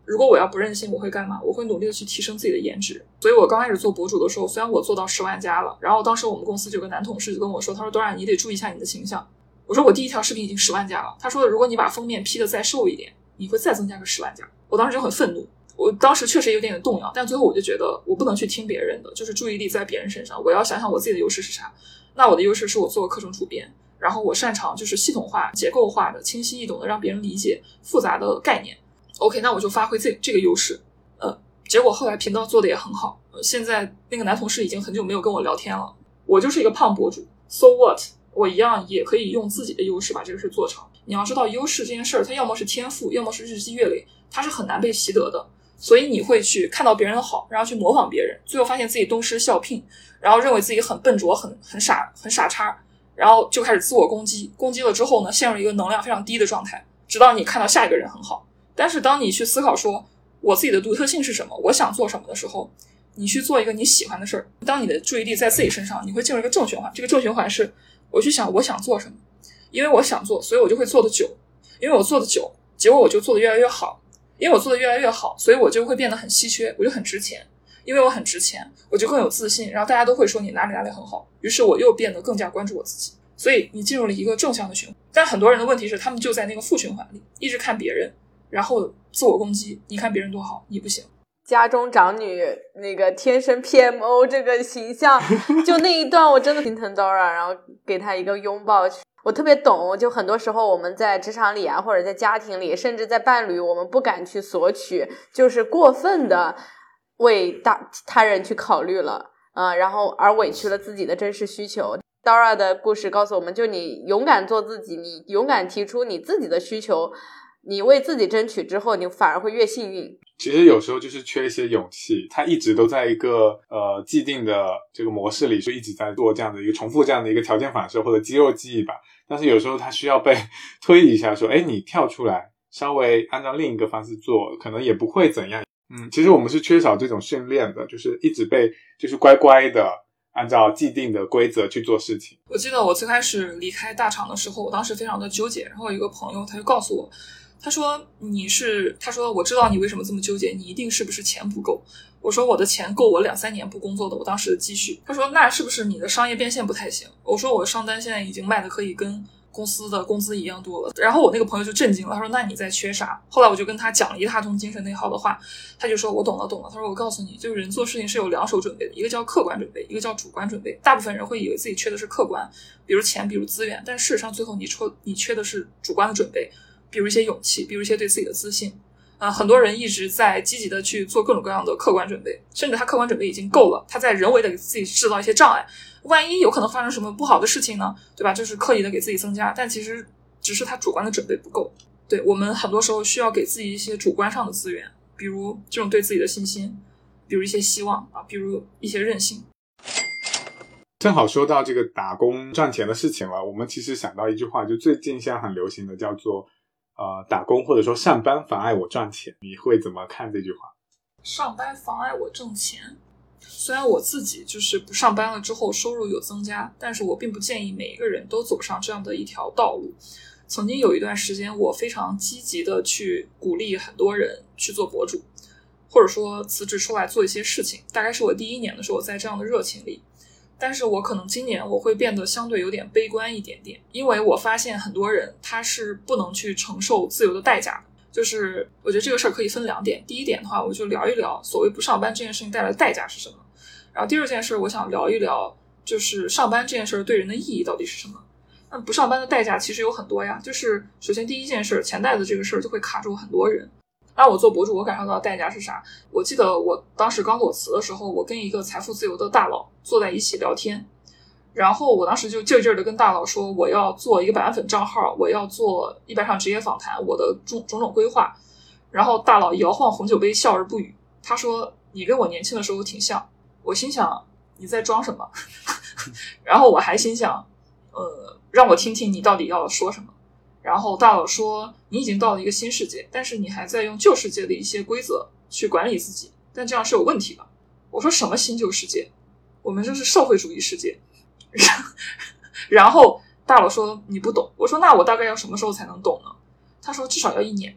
如果我要不任性，我会干嘛？我会努力的去提升自己的颜值。所以我刚开始做博主的时候，虽然我做到十万加了，然后当时我们公司就有个男同事就跟我说，他说Dora你得注意一下你的形象。我说我第一条视频已经十万加了，他说如果你把封面 P 的再瘦一点，你会再增加个十万加。我当时就很愤怒，我当时确实有点点动摇，但最后我就觉得我不能去听别人的，就是注意力在别人身上，我要想想我自己的优势是啥。那我的优势是我做课程主编，然后我擅长就是系统化、结构化的、清晰易懂的让别人理解复杂的概念。OK， 那我就发挥这这个优势。呃，结果后来频道做的也很好。呃，现在那个男同事已经很久没有跟我聊天了。我就是一个胖博主 ，so what？ 我一样也可以用自己的优势把这个事做成。你要知道，优势这件事儿，它要么是天赋，要么是日积月累，它是很难被习得的。所以你会去看到别人的好，然后去模仿别人，最后发现自己东施效颦，然后认为自己很笨拙、很很傻、很傻叉，然后就开始自我攻击。攻击了之后呢，陷入一个能量非常低的状态，直到你看到下一个人很好。但是当你去思考说我自己的独特性是什么，我想做什么的时候，你去做一个你喜欢的事儿。当你的注意力在自己身上，你会进入一个正循环。这个正循环是我去想我想做什么，因为我想做，所以我就会做得久，因为我做得久，结果我就做得越来越好，因为我做得越来越好，所以我就会变得很稀缺，我就很值钱。因为我很值钱，我就更有自信，然后大家都会说你哪里哪里很好，于是我又变得更加关注我自己。所以你进入了一个正向的循环。但很多人的问题是他们就在那个负循环里，一直看别人，然后自我攻击，你看别人多好，你不行。 家中长女那个天生 P M O 这个形象，就那一段我真的心疼 Dora， 然后给她一个拥抱。我特别懂，就很多时候我们在职场里啊，或者在家庭里，甚至在伴侣，我们不敢去索取，就是过分的为大他人去考虑了，呃，然后而委屈了自己的真实需求。Dora 的故事告诉我们，就你勇敢做自己，你勇敢提出你自己的需求，你为自己争取之后，你反而会越幸运。 其实有时候就是缺一些勇气，他一直都在一个呃既定的这个模式里，就一直在做这样的一个重复这样的一个条件反射或者肌肉记忆吧。但是有时候他需要被推一下，说，哎，你跳出来，稍微按照另一个方式做，可能也不会怎样。嗯，其实我们是缺少这种训练的，就是一直被就是乖乖的按照既定的规则去做事情。 我记得我最开始离开大厂的时候，我当时非常的纠结，然后有一个朋友他就告诉我，他说你是他说我知道你为什么这么纠结，你一定是不是钱不够。我说我的钱够我两三年不工作的我当时的积蓄。他说那是不是你的商业变现不太行。我说我的商单现在已经卖的可以跟公司的工资一样多了。然后我那个朋友就震惊了，他说那你在缺啥。后来我就跟他讲了一大通精神内耗的话，他就说我懂了懂了。他说我告诉你，就是人做事情是有两手准备的，一个叫客观准备，一个叫主观准备。大部分人会以为自己缺的是客观，比如钱比如资源，但事实上最后你缺你缺的是主观的准备，比如一些勇气，比如一些对自己的自信。呃，很多人一直在积极的去做各种各样的客观准备，甚至他客观准备已经够了，他在人为的给自己制造一些障碍，万一有可能发生什么不好的事情呢，对吧？就是刻意的给自己增加，但其实只是他主观的准备不够。对，我们很多时候需要给自己一些主观上的资源，比如这种对自己的信心，比如一些希望啊，比如一些韧性。 正好说到这个打工赚钱的事情了，我们其实想到一句话，就最近现在很流行的叫做呃，打工或者说上班妨碍我赚钱，你会怎么看这句话？ 上班妨碍我挣钱，虽然我自己就是不上班了之后收入有增加，但是我并不建议每一个人都走上这样的一条道路。曾经有一段时间，我非常积极的去鼓励很多人去做博主，或者说辞职出来做一些事情，大概是我第一年的时候在这样的热情里。但是我可能今年我会变得相对有点悲观一点点，因为我发现很多人他是不能去承受自由的代价的。就是我觉得这个事儿可以分两点，第一点的话，我就聊一聊所谓不上班这件事情带来的代价是什么。然后第二件事我想聊一聊，就是上班这件事对人的意义到底是什么。那不上班的代价其实有很多呀，就是首先第一件事，钱袋子这个事儿就会卡住很多人。那我做博主我感受到的代价是啥？我记得我当时刚裸辞的时候，我跟一个财富自由的大佬坐在一起聊天，然后我当时就劲劲的跟大佬说我要做一个百万粉账号，我要做一百场职业访谈，我的种种种规划。然后大佬摇晃红酒杯笑而不语，他说你跟我年轻的时候挺像。我心想你在装什么然后我还心想呃，让我听听你到底要说什么。然后大佬说你已经到了一个新世界，但是你还在用旧世界的一些规则去管理自己，但这样是有问题的。我说什么新旧世界？我们这是社会主义世界。然后大佬说你不懂。我说那我大概要什么时候才能懂呢？他说至少要一年吧。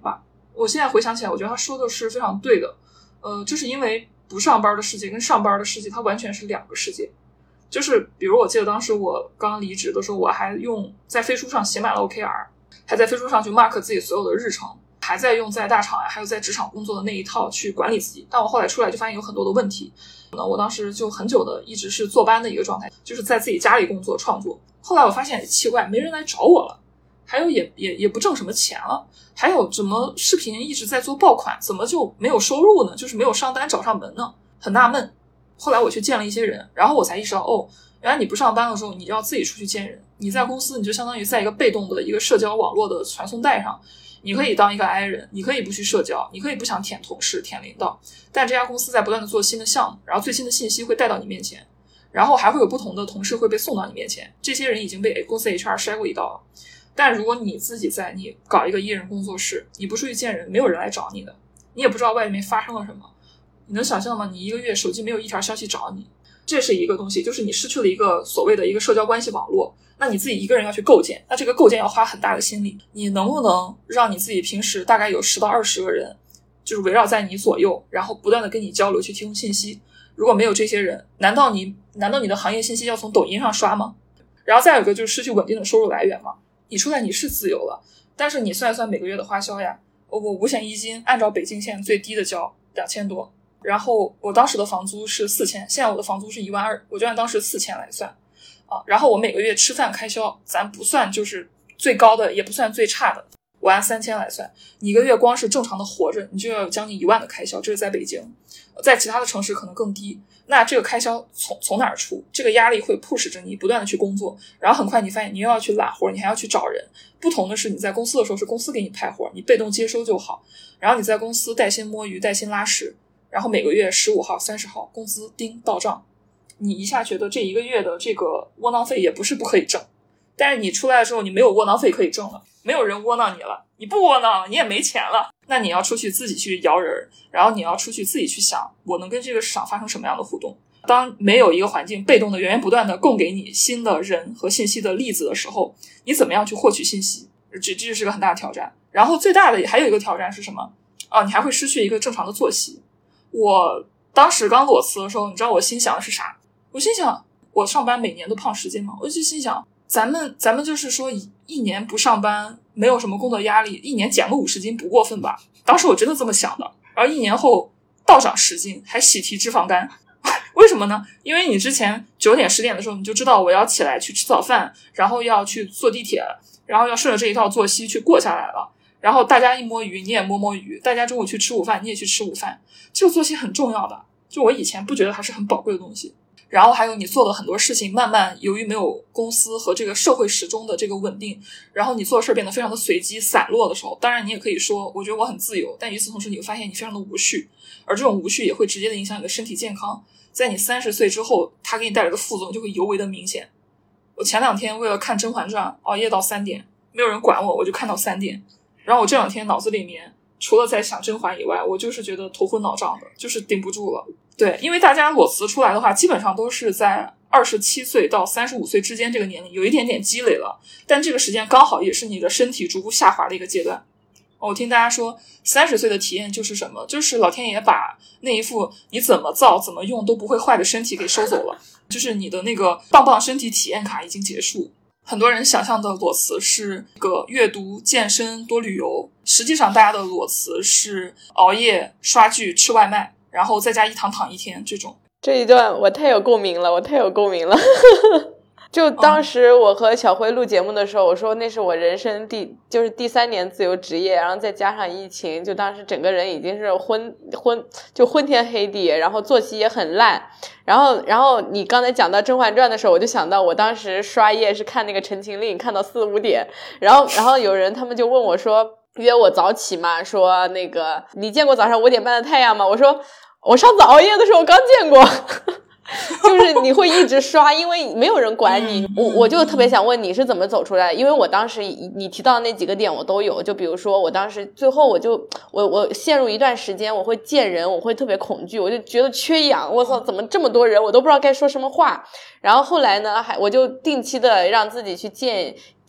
我现在回想起来，我觉得他说的是非常对的。呃，就是因为不上班的世界跟上班的世界，它完全是两个世界。就是比如我记得当时我刚离职的时候，我还用在飞书上写满了 O K R， 还在飞书上去 mark 自己所有的日程，还在用在大厂呀，还有在职场工作的那一套去管理自己。但我后来出来就发现有很多的问题。那我当时就很久的一直是坐班的一个状态，就是在自己家里工作创作。后来我发现奇怪，没人来找我了，还有也也也不挣什么钱了，还有怎么视频一直在做爆款，怎么就没有收入呢？就是没有上单找上门呢，很纳闷。后来我去见了一些人，然后我才意识到，哦，原来你不上班的时候，你要自己出去见人。你在公司，你就相当于在一个被动的一个社交网络的传送带上，你可以当一个 I 人，你可以不去社交，你可以不想舔同事、舔领导，但这家公司在不断的做新的项目，然后最新的信息会带到你面前，然后还会有不同的同事会被送到你面前，这些人已经被公司 H R 筛过一道了。但如果你自己在你搞一个一人工作室，你不出去见人，没有人来找你的，你也不知道外面发生了什么。你能想象吗？你一个月手机没有一条消息找你，这是一个东西，就是你失去了一个所谓的一个社交关系网络。那你自己一个人要去构建，那这个构建要花很大的心力。你能不能让你自己平时大概有十到二十个人，就是围绕在你左右，然后不断的跟你交流，去提供信息？如果没有这些人，难道你难道你的行业信息要从抖音上刷吗？然后再有一个就是失去稳定的收入来源嘛。你出来你是自由了，但是你算一算每个月的花销呀，我五险一金按照北京现在最低的交两千多。然后我当时的房租是四千，现在我的房租是一万二，我就按当时四千来算啊。然后我每个月吃饭开销，咱不算就是最高的，也不算最差的，我按三千来算。你一个月光是正常的活着，你就要有将近一万的开销，这是在北京，在其他的城市可能更低。那这个开销从从哪儿出？这个压力会 push 着你不断的去工作，然后很快你发现你又要去揽活，你还要去找人。不同的是，你在公司的时候是公司给你派活，你被动接收就好。然后你在公司带薪摸鱼，带薪拉屎。然后每个月十五号、三十号工资叮到账，你一下觉得这一个月的这个窝囊费也不是不可以挣，但是你出来的时候你没有窝囊费可以挣了，没有人窝囊你了，你不窝囊了，你也没钱了，那你要出去自己去摇人，然后你要出去自己去想我能跟这个市场发生什么样的互动。当没有一个环境被动的源源不断的供给你新的人和信息的例子的时候，你怎么样去获取信息？这这就是个很大的挑战。然后最大的还有一个挑战是什么？啊，你还会失去一个正常的作息。我当时刚裸辞的时候，你知道我心想的是啥？我心想，我上班每年都胖十斤嘛，我就心想，咱们咱们就是说一一年不上班，没有什么工作压力，一年减个五十斤不过分吧？当时我真的这么想的。而一年后倒长十斤，还喜提脂肪肝，为什么呢？因为你之前九点十点的时候，你就知道我要起来去吃早饭，然后要去坐地铁，然后要顺着这一套作息去过下来了。然后大家一摸鱼，你也摸摸鱼；大家中午去吃午饭，你也去吃午饭。这个作息很重要的，就我以前不觉得它是很宝贵的东西。然后还有你做的很多事情，慢慢由于没有公司和这个社会时钟的这个稳定，然后你做的事变得非常的随机散落的时候，当然你也可以说，我觉得我很自由，但与此同时，你会发现你非常的无序，而这种无序也会直接的影响你的身体健康。在你三十岁之后，它给你带来的副作用就会尤为的明显。我前两天为了看《甄嬛传》，熬夜到三点，没有人管我，我就看到三点。然后我这两天脑子里面除了在想甄嬛以外，我就是觉得头昏脑胀的，就是顶不住了。对，因为大家裸辞出来的话，基本上都是在二十七岁到三十五岁之间这个年龄，有一点点积累了，但这个时间刚好也是你的身体逐步下滑的一个阶段。我听大家说三十岁的体验就是什么，就是老天爷把那一副你怎么造怎么用都不会坏的身体给收走了，就是你的那个棒棒身体体验卡已经结束。很多人想象的裸辞是个阅读、健身、多旅游，实际上大家的裸辞是熬夜、刷剧、吃外卖，然后在家一躺躺一天这种。 这一段我太有共鸣了，我太有共鸣了。就当时我和小辉录节目的时候，我说那是我人生第就是第三年自由职业，然后再加上疫情，就当时整个人已经是昏昏就昏天黑地，然后作息也很烂。然后然后你刚才讲到《甄嬛传》的时候，我就想到我当时刷夜是看那个《陈情令》，看到四五点，然后然后有人他们就问我说约我早起嘛，说那个你见过早上五点半的太阳吗？我说我上次熬夜的时候我刚见过。就是你会一直刷，因为没有人管你。我我就特别想问你是怎么走出来，因为我当时你提到那几个点我都有，就比如说我当时最后我就我我陷入一段时间，我会见人我会特别恐惧，我就觉得缺氧，我操怎么这么多人，我都不知道该说什么话。然后后来呢还我就定期的让自己去见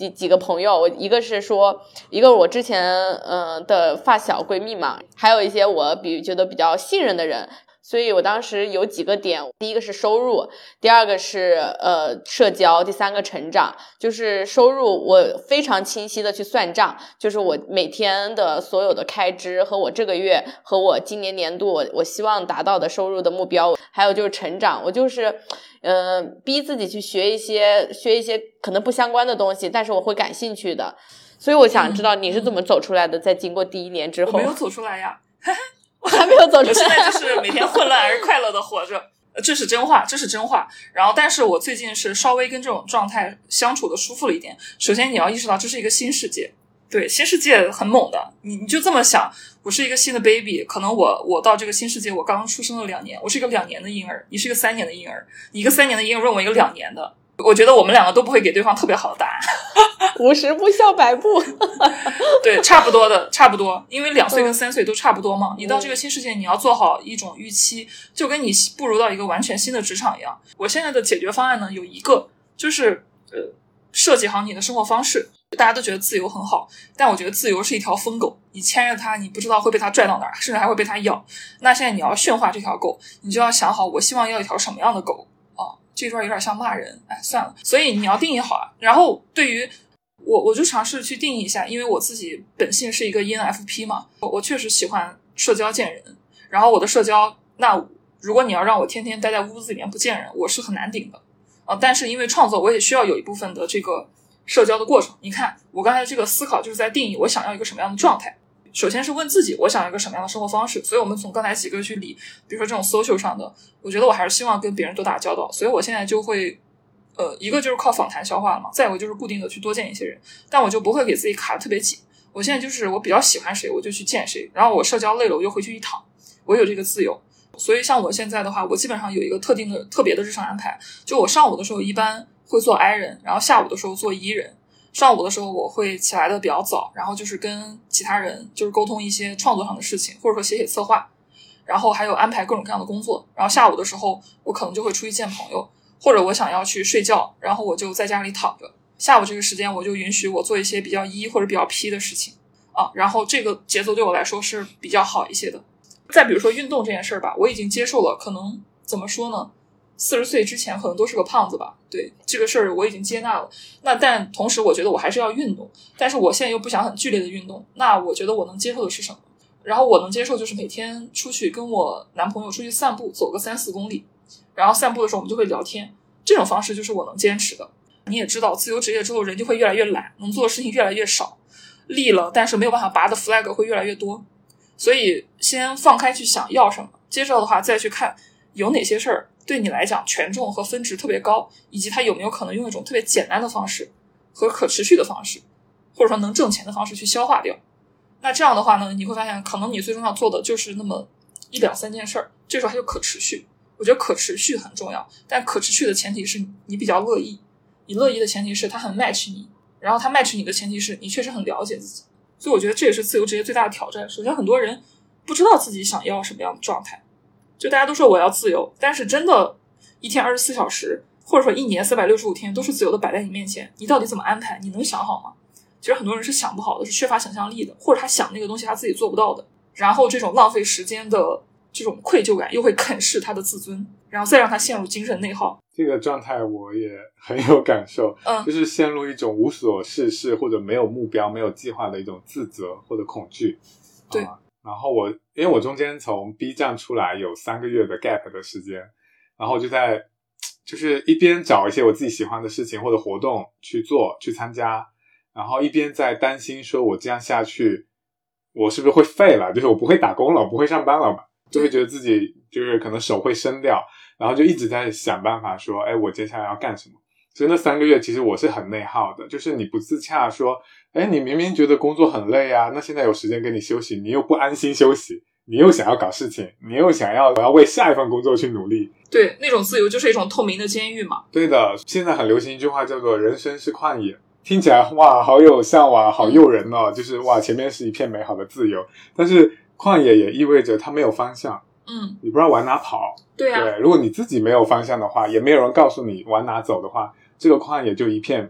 几几个朋友，我一个是说，一个我之前嗯、呃、的发小闺蜜嘛，还有一些我比觉得比较信任的人。所以我当时有几个点，第一个是收入，第二个是呃社交，第三个成长。就是收入我非常清晰的去算账，就是我每天的所有的开支和我这个月和我今年年度我我希望达到的收入的目标。还有就是成长，我就是呃逼自己去学一些学一些可能不相关的东西，但是我会感兴趣的。所以我想知道你是怎么走出来的，在经过第一年之后。 我没有走出来呀我还没有走出来， 我现在就是每天混乱而快乐的活着，这是真话，这是真话。然后，但是我最近是稍微跟这种状态相处的舒服了一点。首先，你要意识到这是一个新世界，对，新世界很猛的。你你就这么想，我是一个新的 baby， 可能我我到这个新世界，我刚刚出生了两年，我是一个两年的婴儿，你是一个三年的婴儿，你一个三年的婴儿问我一个两年的，我觉得我们两个都不会给对方特别好的答案。 五十步笑百步对，差不多的，差不多，因为两岁跟三岁都差不多嘛、嗯、你到这个新世界你要做好一种预期，就跟你步入到一个完全新的职场一样。我现在的解决方案呢有一个，就是呃，设计好你的生活方式。大家都觉得自由很好，但我觉得自由是一条疯狗，你牵着它，你不知道会被它拽到哪儿，甚至还会被它咬。那现在你要驯化这条狗，你就要想好我希望要一条什么样的狗啊？这段有点像骂人，哎，算了。所以你要定义好啊。然后对于我我就尝试去定义一下，因为我自己本性是一个 E N F P 嘛，我我确实喜欢社交见人，然后我的社交，那如果你要让我天天待在屋子里面不见人，我是很难顶的啊。但是因为创作，我也需要有一部分的这个社交的过程。你看我刚才这个思考就是在定义我想要一个什么样的状态。首先是问自己我想要一个什么样的生活方式，所以我们从刚才几个去理，比如说这种 social 上的，我觉得我还是希望跟别人多打交道，所以我现在就会呃，一个就是靠访谈消化了嘛，再有就是固定的去多见一些人，但我就不会给自己卡得特别紧。我现在就是我比较喜欢谁我就去见谁，然后我社交累了我就回去一躺，我有这个自由。所以像我现在的话，我基本上有一个特定的特别的日常安排，就我上午的时候一般会做 I 人，然后下午的时候做 E 人。上午的时候我会起来的比较早，然后就是跟其他人就是沟通一些创作上的事情，或者说写写策划，然后还有安排各种各样的工作。然后下午的时候我可能就会出去见朋友，或者我想要去睡觉，然后我就在家里躺着。下午这个时间我就允许我做一些比较 E 或者比较 P 的事情啊，然后这个节奏对我来说是比较好一些的。再比如说运动这件事儿吧，我已经接受了，可能怎么说呢，四十岁之前可能都是个胖子吧，对这个事儿我已经接纳了。那但同时我觉得我还是要运动，但是我现在又不想很剧烈的运动，那我觉得我能接受的是什么？然后我能接受就是每天出去跟我男朋友出去散步，走个三四公里，然后散步的时候我们就会聊天，这种方式就是我能坚持的。你也知道自由职业之后人就会越来越懒，能做的事情越来越少，立了但是没有办法拔的 flag 会越来越多。所以先放开去想要什么，接着的话再去看有哪些事儿对你来讲权重和分值特别高，以及它有没有可能用一种特别简单的方式和可持续的方式，或者说能挣钱的方式去消化掉。那这样的话呢，你会发现可能你最终要做的就是那么一两三件事儿，这时候还有可持续。我觉得可持续很重要，但可持续的前提是你比较乐意，你乐意的前提是它很 match 你，然后它 match 你的前提是你确实很了解自己。所以我觉得这也是自由职业最大的挑战。首先很多人不知道自己想要什么样的状态，就大家都说我要自由，但是真的一天二十四小时或者说一年三百六十五天都是自由的摆在你面前，你到底怎么安排？你能想好吗？其实很多人是想不好的，是缺乏想象力的，或者他想那个东西他自己做不到的，然后这种浪费时间的这种愧疚感又会啃噬他的自尊，然后再让他陷入精神内耗。 这个状态我也很有感受， 嗯， 就是陷入一种无所事事或者没有目标没有计划的一种自责或者恐惧。 对、 啊、然后我因为我中间从 B 站出来有三个月的 gap 的时间，然后就在就是一边找一些我自己喜欢的事情或者活动去做去参加，然后一边在担心说我这样下去我是不是会废了，就是我不会打工了，我不会上班了嘛，就会觉得自己就是可能手会生掉，然后就一直在想办法说哎，我接下来要干什么。所以那三个月其实我是很内耗的，就是你不自洽说哎，你明明觉得工作很累啊，那现在有时间给你休息，你又不安心休息，你又想要搞事情，你又想要我要为下一份工作去努力。 对，那种自由就是一种透明的监狱嘛。 对的，现在很流行一句话叫做人生是旷野，听起来哇好有向往好诱人哦，就是哇前面是一片美好的自由，但是旷野也意味着它没有方向， 嗯， 你不知道往哪跑。 对啊， 对，如果你自己没有方向的话，也没有人告诉你往哪走的话，这个旷野就一片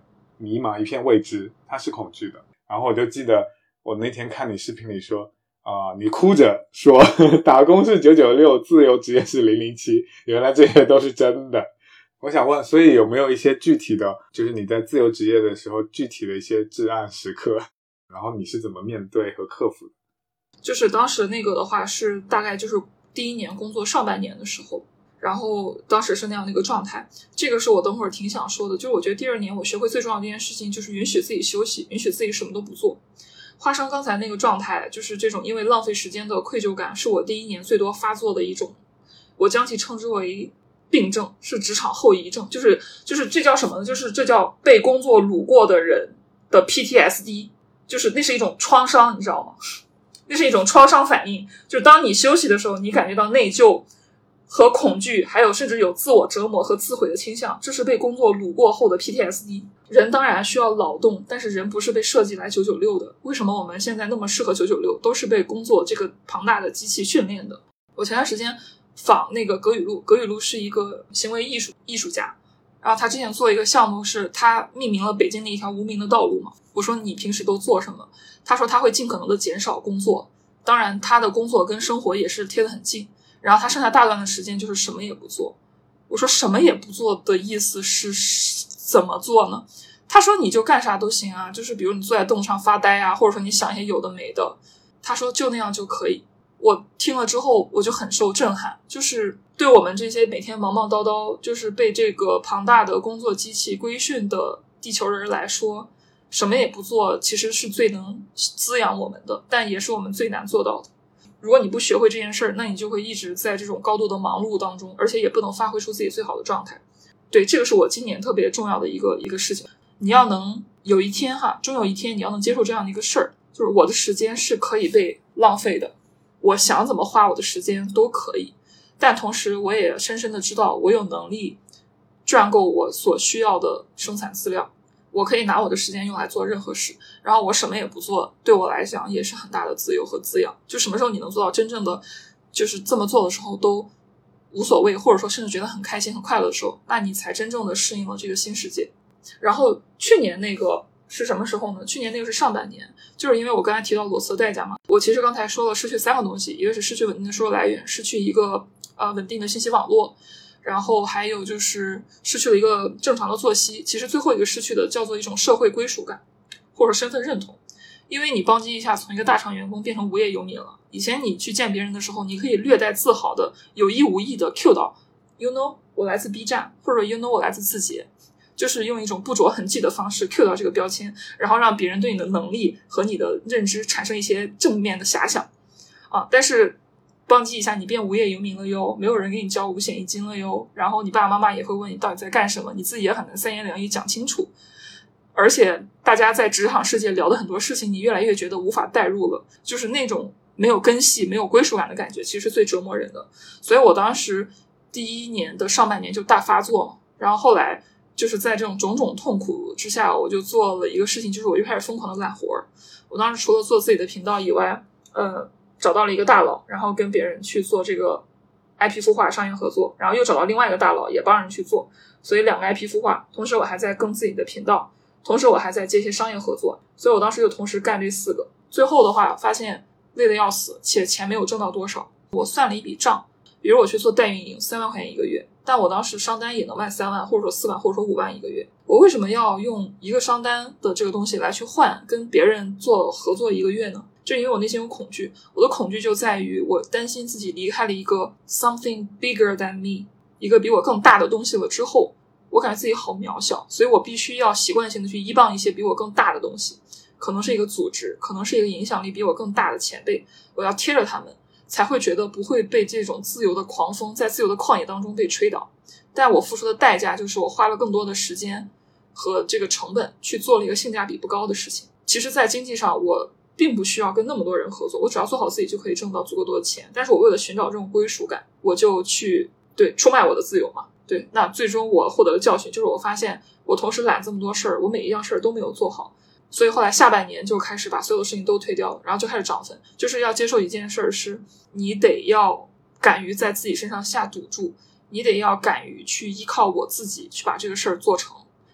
迷茫，一片未知，他是恐惧的。然后我就记得我那天看你视频里说啊、呃，你哭着说打工是九九六，自由职业是零零七，原来这些都是真的。我想问，所以有没有一些具体的，就是你在自由职业的时候具体的一些至暗时刻，然后你是怎么面对和克服的？ 就是当时那个的话是大概就是第一年工作上半年的时候，然后当时是那样的一个状态。这个是我等会儿挺想说的，就是我觉得第二年我学会最重要的一件事情就是允许自己休息，允许自己什么都不做。花生刚才那个状态，就是这种因为浪费时间的愧疚感，是我第一年最多发作的一种，我将其称之为病症，是职场后遗症。就是就是这叫什么呢？就是这叫被工作辱过的人的 P T S D， 就是那是一种创伤，你知道吗？那是一种创伤反应，就是当你休息的时候，你感觉到内疚和恐惧，还有甚至有自我折磨和自毁的倾向，这是被工作辱过后的 P T S D。 人当然需要劳动，但是人不是被设计来九九六的。为什么我们现在那么适合九九六？都是被工作这个庞大的机器训练的。我前段时间访那个葛雨露，葛雨露是一个行为艺术艺术家，然后他之前做一个项目，是他命名了北京的一条无名的道路嘛。我说你平时都做什么？他说他会尽可能的减少工作，当然他的工作跟生活也是贴得很近，然后他剩下大段的时间就是什么也不做。我说什么也不做的意思是怎么做呢？他说你就干啥都行啊，就是比如你坐在凳子上发呆啊，或者说你想一些有的没的，他说就那样就可以。我听了之后我就很受震撼，就是对我们这些每天忙忙叨叨，就是被这个庞大的工作机器规训的地球人来说，什么也不做其实是最能滋养我们的，但也是我们最难做到的。如果你不学会这件事儿，那你就会一直在这种高度的忙碌当中，而且也不能发挥出自己最好的状态。对，这个是我今年特别重要的一个一个事情。你要能有一天哈，终有一天你要能接受这样的一个事儿，就是我的时间是可以被浪费的，我想怎么花我的时间都可以，但同时我也深深的知道我有能力赚够我所需要的生产资料，我可以拿我的时间用来做任何事，然后我什么也不做，对我来讲也是很大的自由和滋养。就什么时候你能做到真正的就是这么做的时候都无所谓，或者说甚至觉得很开心很快乐的时候，那你才真正的适应了这个新世界。然后去年那个是什么时候呢？去年那个是上半年，就是因为我刚才提到裸辞的代价嘛，我其实刚才说了失去三个东西，一个是失去稳定的收入来源，失去一个呃稳定的信息网络，然后还有就是失去了一个正常的作息，其实最后一个失去的叫做一种社会归属感或者身份认同。因为你邦基一下从一个大厂员工变成无业游民了，以前你去见别人的时候，你可以略带自豪的有意无意的 cue 到 you know 我来自 B 站，或者 you know 我来自字节，就是用一种不着痕迹的方式 cue 到这个标签，然后让别人对你的能力和你的认知产生一些正面的遐想啊。但是邦基一下你变无业游民了哟，没有人给你交五险一金了哟，然后你爸爸妈妈也会问你到底在干什么，你自己也很难三言两语讲清楚，而且大家在职场世界聊的很多事情你越来越觉得无法代入了，就是那种没有根系没有归属感的感觉其实是最折磨人的。所以我当时第一年的上半年就大发作，然后后来就是在这种种种痛苦之下，我就做了一个事情，就是我就开始疯狂的揽活。我当时除了做自己的频道以外，呃，找到了一个大佬，然后跟别人去做这个 I P 孵化商业合作，然后又找到另外一个大佬也帮人去做，所以两个 I P 孵化，同时我还在更自己的频道，同时我还在接一些商业合作，所以我当时就同时干这四个。最后的话发现累得要死，且钱没有挣到多少。我算了一笔账，比如我去做代运营三万块钱一个月，但我当时商单也能卖三万，或者说四万，或者说五万一个月。我为什么要用一个商单的这个东西来去换跟别人做合作一个月呢？就因为我内心有恐惧，我的恐惧就在于我担心自己离开了一个 something bigger than me， 一个比我更大的东西了之后，我感觉自己好渺小，所以我必须要习惯性的去依傍一些比我更大的东西，可能是一个组织，可能是一个影响力比我更大的前辈，我要贴着他们，才会觉得不会被这种自由的狂风在自由的旷野当中被吹倒。但我付出的代价就是我花了更多的时间和这个成本去做了一个性价比不高的事情。其实在经济上我并不需要跟那么多人合作，我只要做好自己就可以挣到足够多的钱，但是我为了寻找这种归属感，我就去对出卖我的自由嘛。对，那最终我获得的教训就是我发现我同时揽这么多事儿，我每一样事儿都没有做好，所以后来下半年就开始把所有的事情都推掉了，然后就开始涨粉。就是要接受一件事儿，是你得要敢于在自己身上下赌注，你得要敢于去依靠我自己去把这个事儿做成，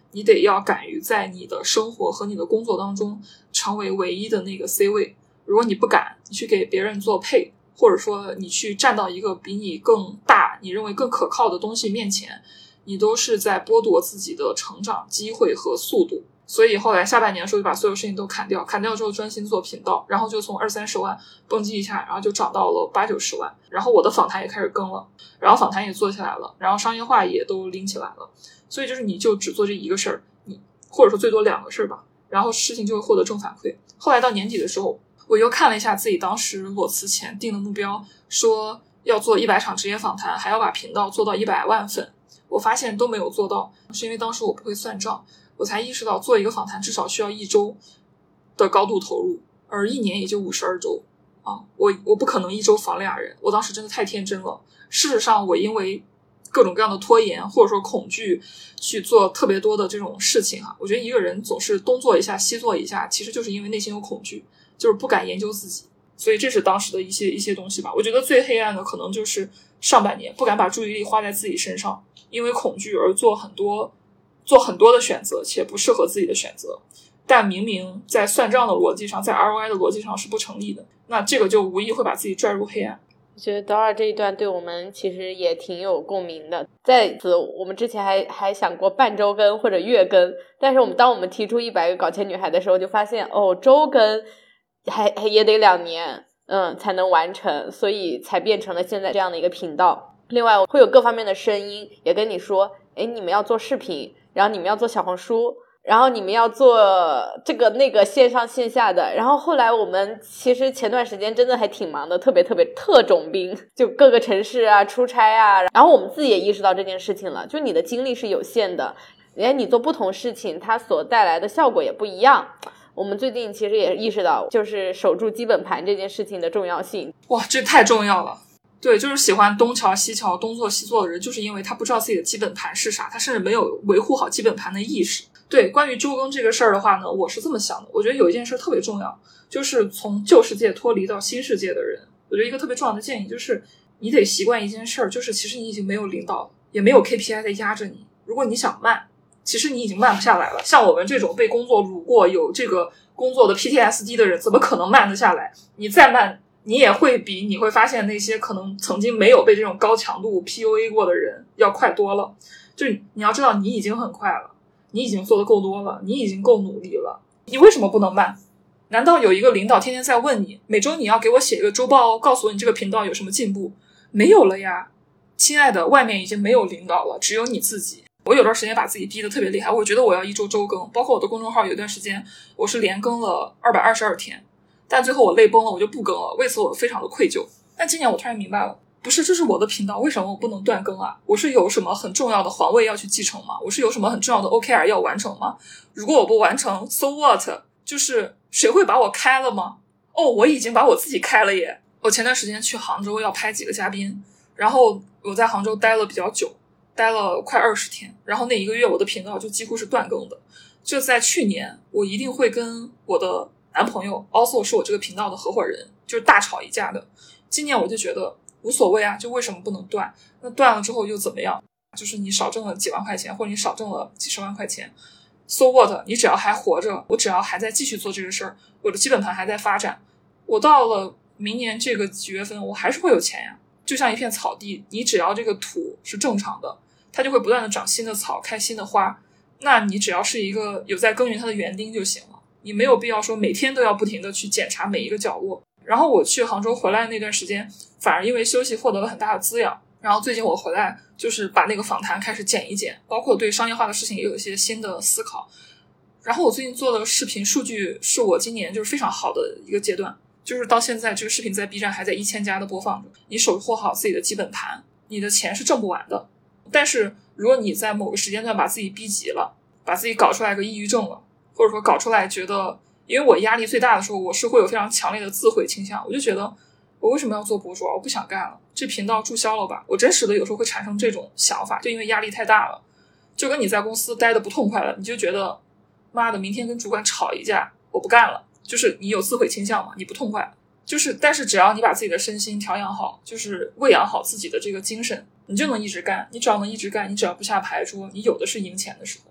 你得要敢于在你的生活和你的工作当中成为唯一的那个 C 位。如果你不敢，你去给别人做配，或者说你去站到一个比你更大你认为更可靠的东西面前，你都是在剥夺自己的成长机会和速度。所以后来下半年的时候就把所有事情都砍掉，砍掉之后专心做频道，然后就从二三十万蹦极一下，然后就涨到了八九十万，然后我的访谈也开始更了，然后访谈也做起来了，然后商业化也都拎起来了。所以就是你就只做这一个事儿，你或者说最多两个事儿吧，然后事情就会获得正反馈。后来到年底的时候，我又看了一下自己当时裸辞前定的目标，说要做一百场职业访谈，还要把频道做到一百万粉，我发现都没有做到，是因为当时我不会算账。我才意识到做一个访谈至少需要一周的高度投入，而一年也就五十二周啊！我我不可能一周访俩人，我当时真的太天真了。事实上，我因为各种各样的拖延或者说恐惧去做特别多的这种事情哈、啊。我觉得一个人总是东做一下西做一下，其实就是因为内心有恐惧，就是不敢研究自己。所以这是当时的一些一些东西吧。我觉得最黑暗的可能就是上半年不敢把注意力花在自己身上，因为恐惧而做很多。做很多的选择且不适合自己的选择，但明明在算账的逻辑上，在 R O I 的逻辑上是不成立的，那这个就无疑会把自己拽入黑暗。 我觉得 Dora 这一段对我们其实也挺有共鸣的。在此我们之前还还想过半周更或者月更，但是我们当我们提出一百个搞钱女孩的时候，就发现哦，周更还还也得两年嗯才能完成，所以才变成了现在这样的一个频道。另外会有各方面的声音也跟你说，诶，你们要做视频，然后你们要做小红书，然后你们要做这个那个线上线下的。然后后来我们其实前段时间真的还挺忙的，特别特别特种兵，就各个城市啊出差啊。然后我们自己也意识到这件事情了，就你的精力是有限的，连你做不同事情它所带来的效果也不一样。我们最近其实也意识到就是守住基本盘这件事情的重要性。 哇，这太重要了。对，就是喜欢东瞧西瞧东做西做的人，就是因为他不知道自己的基本盘是啥，他甚至没有维护好基本盘的意识。对，关于周更这个事儿的话呢，我是这么想的，我觉得有一件事特别重要，就是从旧世界脱离到新世界的人，我觉得一个特别重要的建议就是你得习惯一件事儿，就是其实你已经没有领导了，也没有 K P I 在压着你。如果你想慢，其实你已经慢不下来了。像我们这种被工作辱过有这个工作的 P T S D 的人，怎么可能慢得下来？你再慢你也会比你会发现那些可能曾经没有被这种高强度 P U A 过的人要快多了。就是你要知道你已经很快了，你已经做得够多了，你已经够努力了，你为什么不能慢？难道有一个领导天天在问你，每周你要给我写一个周报，告诉我你这个频道有什么进步？没有了呀，亲爱的，外面已经没有领导了，只有你自己。我有段时间把自己逼得特别厉害，我觉得我要一周周更，包括我的公众号有一段时间我是连更了二百二十二天，但最后我累崩了，我就不更了，为此我非常的愧疚。但今年我突然明白了，不是，这是我的频道，为什么我不能断更啊？我是有什么很重要的皇位要去继承吗？我是有什么很重要的 O K R 要完成吗？如果我不完成 so what？ 就是谁会把我开了吗？哦，我已经把我自己开了耶。我前段时间去杭州要拍几个嘉宾，然后我在杭州待了比较久，待了快二十天，然后那一个月我的频道就几乎是断更的。就在去年我一定会跟我的男朋友 also 是我这个频道的合伙人就是大吵一架的。今年我就觉得无所谓啊，就为什么不能断？那断了之后又怎么样？就是你少挣了几万块钱，或者你少挣了几十万块钱 so what？ 你只要还活着，我只要还在继续做这个事儿，我的基本盘还在发展，我到了明年这个几月份我还是会有钱呀。就像一片草地，你只要这个土是正常的，它就会不断的长新的草，开新的花，那你只要是一个有在耕耘它的园丁就行了，你没有必要说每天都要不停的去检查每一个角落。然后我去杭州回来那段时间，反而因为休息获得了很大的滋养，然后最近我回来就是把那个访谈开始剪一剪，包括对商业化的事情也有一些新的思考。然后我最近做的视频数据是我今年就是非常好的一个阶段，就是到现在这个视频在 B 站还在一千加的播放着。你守护好自己的基本盘，你的钱是挣不完的。但是如果你在某个时间段把自己逼急了，把自己搞出来个抑郁症了，或者说搞出来觉得，因为我压力最大的时候我是会有非常强烈的自毁倾向，我就觉得我为什么要做博主啊？我不想干了，这频道注销了吧。我真实的有时候会产生这种想法，就因为压力太大了，就跟你在公司待得不痛快了，你就觉得妈的明天跟主管吵一架我不干了，就是你有自毁倾向嘛，你不痛快。就是但是只要你把自己的身心调养好，就是喂养好自己的这个精神，你就能一直干。你只要能一直干，你只要不下牌桌，你有的是赢钱的时候啊。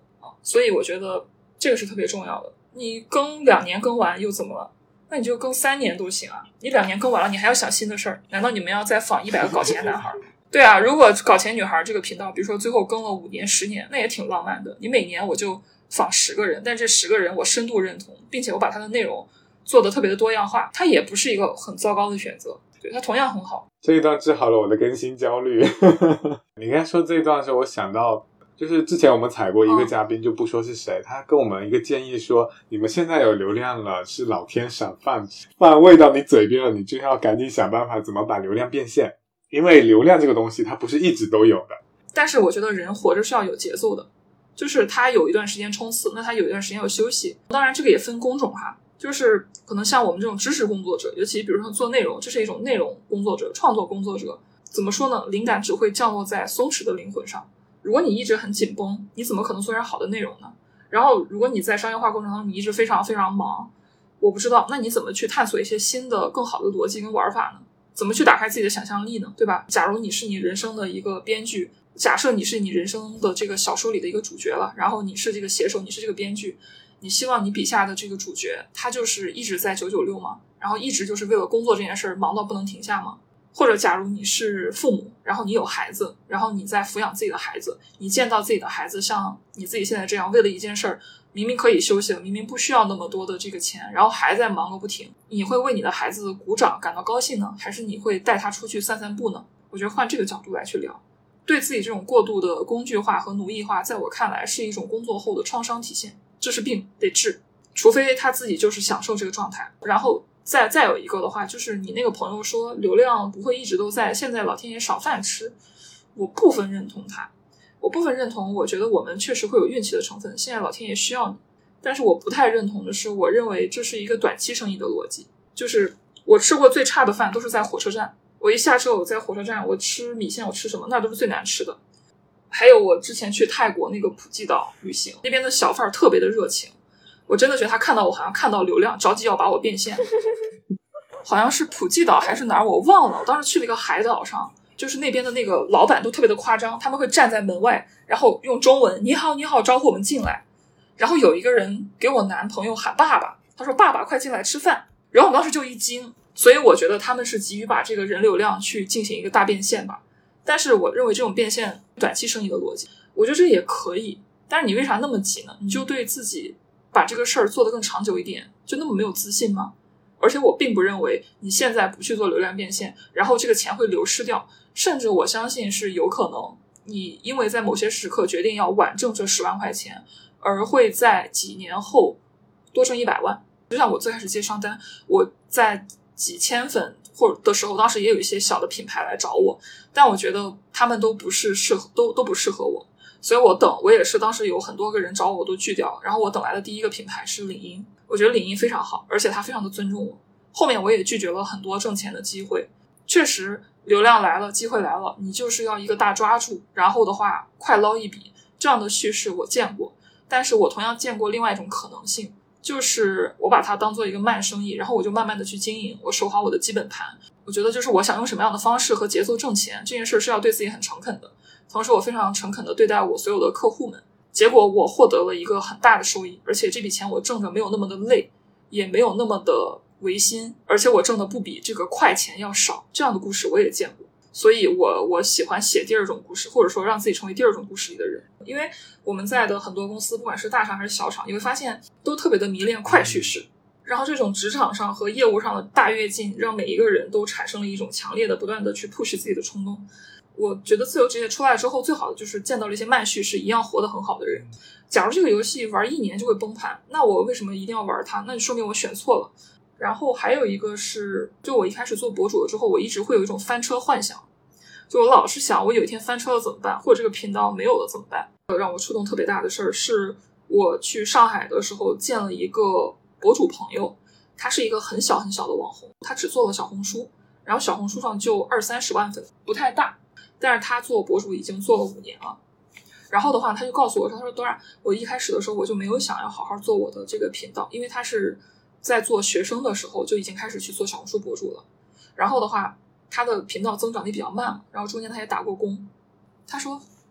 所以我觉得这个是特别重要的。你更两年更完又怎么了？那你就更三年都行啊！你两年更完了，你还要想新的事儿？难道你们要再仿一百个搞钱男孩？对啊，如果搞钱女孩这个频道，比如说最后更了五年、十年，那也挺浪漫的。你每年我就仿十个人，但这十个人我深度认同，并且我把它的内容做得特别的多样化，它也不是一个很糟糕的选择。对，它同样很好。 这一段治好了我的更新焦虑。你刚才说这一段的时候，我想到就是之前我们采过一个嘉宾，就不说是谁，他跟我们一个建议说，你们现在有流量了，是老天赏饭饭喂到你嘴边了，你就要赶紧想办法怎么把流量变现，因为流量这个东西它不是一直都有的。 但是我觉得人活着是要有节奏的，就是他有一段时间冲刺，那他有一段时间要休息。当然这个也分工种哈，就是可能像我们这种知识工作者，尤其比如说做内容，这是一种内容工作者、创作工作者，怎么说呢？灵感只会降落在松弛的灵魂上。如果你一直很紧绷，你怎么可能做点好的内容呢？然后如果你在商业化过程当中你一直非常非常忙，我不知道，那你怎么去探索一些新的更好的逻辑跟玩法呢？怎么去打开自己的想象力呢？对吧？假如你是你人生的一个编剧，假设你是你人生的这个小说里的一个主角了，然后你是这个写手，你是这个编剧，你希望你笔下的这个主角他就是一直在九九六吗？然后一直就是为了工作这件事忙到不能停下吗？或者假如你是父母，然后你有孩子，然后你在抚养自己的孩子，你见到自己的孩子像你自己现在这样，为了一件事儿明明可以休息了，明明不需要那么多的这个钱，然后还在忙个不停，你会为你的孩子鼓掌感到高兴呢，还是你会带他出去散散步呢？我觉得换这个角度来去聊，对自己这种过度的工具化和奴役化，在我看来是一种工作后的创伤体现，这是病，得治，除非他自己就是享受这个状态。然后再再有一个的话，就是你那个朋友说流量不会一直都在，现在老天爷赏饭吃，我部分认同他，我部分认同，我觉得我们确实会有运气的成分，现在老天爷需要你。但是我不太认同的是，我认为这是一个短期生意的逻辑，就是我吃过最差的饭都是在火车站，我一下车我在火车站我吃米线，我吃什么那都是最难吃的。还有我之前去泰国那个普吉岛旅行，那边的小贩特别的热情，我真的觉得他看到我好像看到流量，着急要把我变现。好像是普吉岛还是哪儿我忘了，我当时去了一个海岛上，就是那边的那个老板都特别的夸张，他们会站在门外，然后用中文你好你好招呼我们进来，然后有一个人给我男朋友喊爸爸，他说爸爸快进来吃饭，然后我当时就一惊。所以我觉得他们是急于把这个人流量去进行一个大变现吧，但是我认为这种变现短期生意的逻辑，我觉得这也可以，但是你为啥那么急呢？你就对自己把这个事儿做得更长久一点就那么没有自信吗？而且我并不认为你现在不去做流量变现，然后这个钱会流失掉，甚至我相信是有可能你因为在某些时刻决定要晚挣这十万块钱，而会在几年后多挣一百万。就像我最开始接商单，我在几千粉或者的时候，当时也有一些小的品牌来找我，但我觉得他们都不是适合，都都不适合我，所以我等，我也是当时有很多个人找我，我都拒掉，然后我等来的第一个品牌是领英，我觉得领英非常好，而且他非常的尊重我。后面我也拒绝了很多挣钱的机会，确实流量来了，机会来了，你就是要一个大抓住，然后的话快捞一笔，这样的叙事我见过，但是我同样见过另外一种可能性，就是我把它当做一个慢生意，然后我就慢慢的去经营，我守好我的基本盘。我觉得就是我想用什么样的方式和节奏挣钱，这件事是要对自己很诚恳的，同时我非常诚恳的对待我所有的客户们，结果我获得了一个很大的收益，而且这笔钱我挣着没有那么的累，也没有那么的违心，而且我挣的不比这个快钱要少，这样的故事我也见过。所以我我喜欢写第二种故事，或者说让自己成为第二种故事里的人。因为我们在的很多公司，不管是大厂还是小厂，你会发现都特别的迷恋快叙事，然后这种职场上和业务上的大跃进，让每一个人都产生了一种强烈的不断的去 push 自己的冲动。我觉得自由职业出来之后，最好的就是见到了一些慢叙事一样活得很好的人。假如这个游戏玩一年就会崩盘，那我为什么一定要玩它？那就说明我选错了。然后还有一个是，就我一开始做博主了之后，我一直会有一种翻车幻想，就我老是想我有一天翻车了怎么办，或者这个频道没有了怎么办。让我触动特别大的事儿是我去上海的时候见了一个博主朋友，他是一个很小很小的网红，他只做了小红书，然后小红书上就二三十万粉，不太大，但是他做博主已经做了五年了。然后的话他就告诉我说，他说当然我一开始的时候我就没有想要好好做我的这个频道，因为他是在做学生的时候就已经开始去做小红书博主了，然后的话他的频道增长力比较慢，然后中间他也打过工。他说我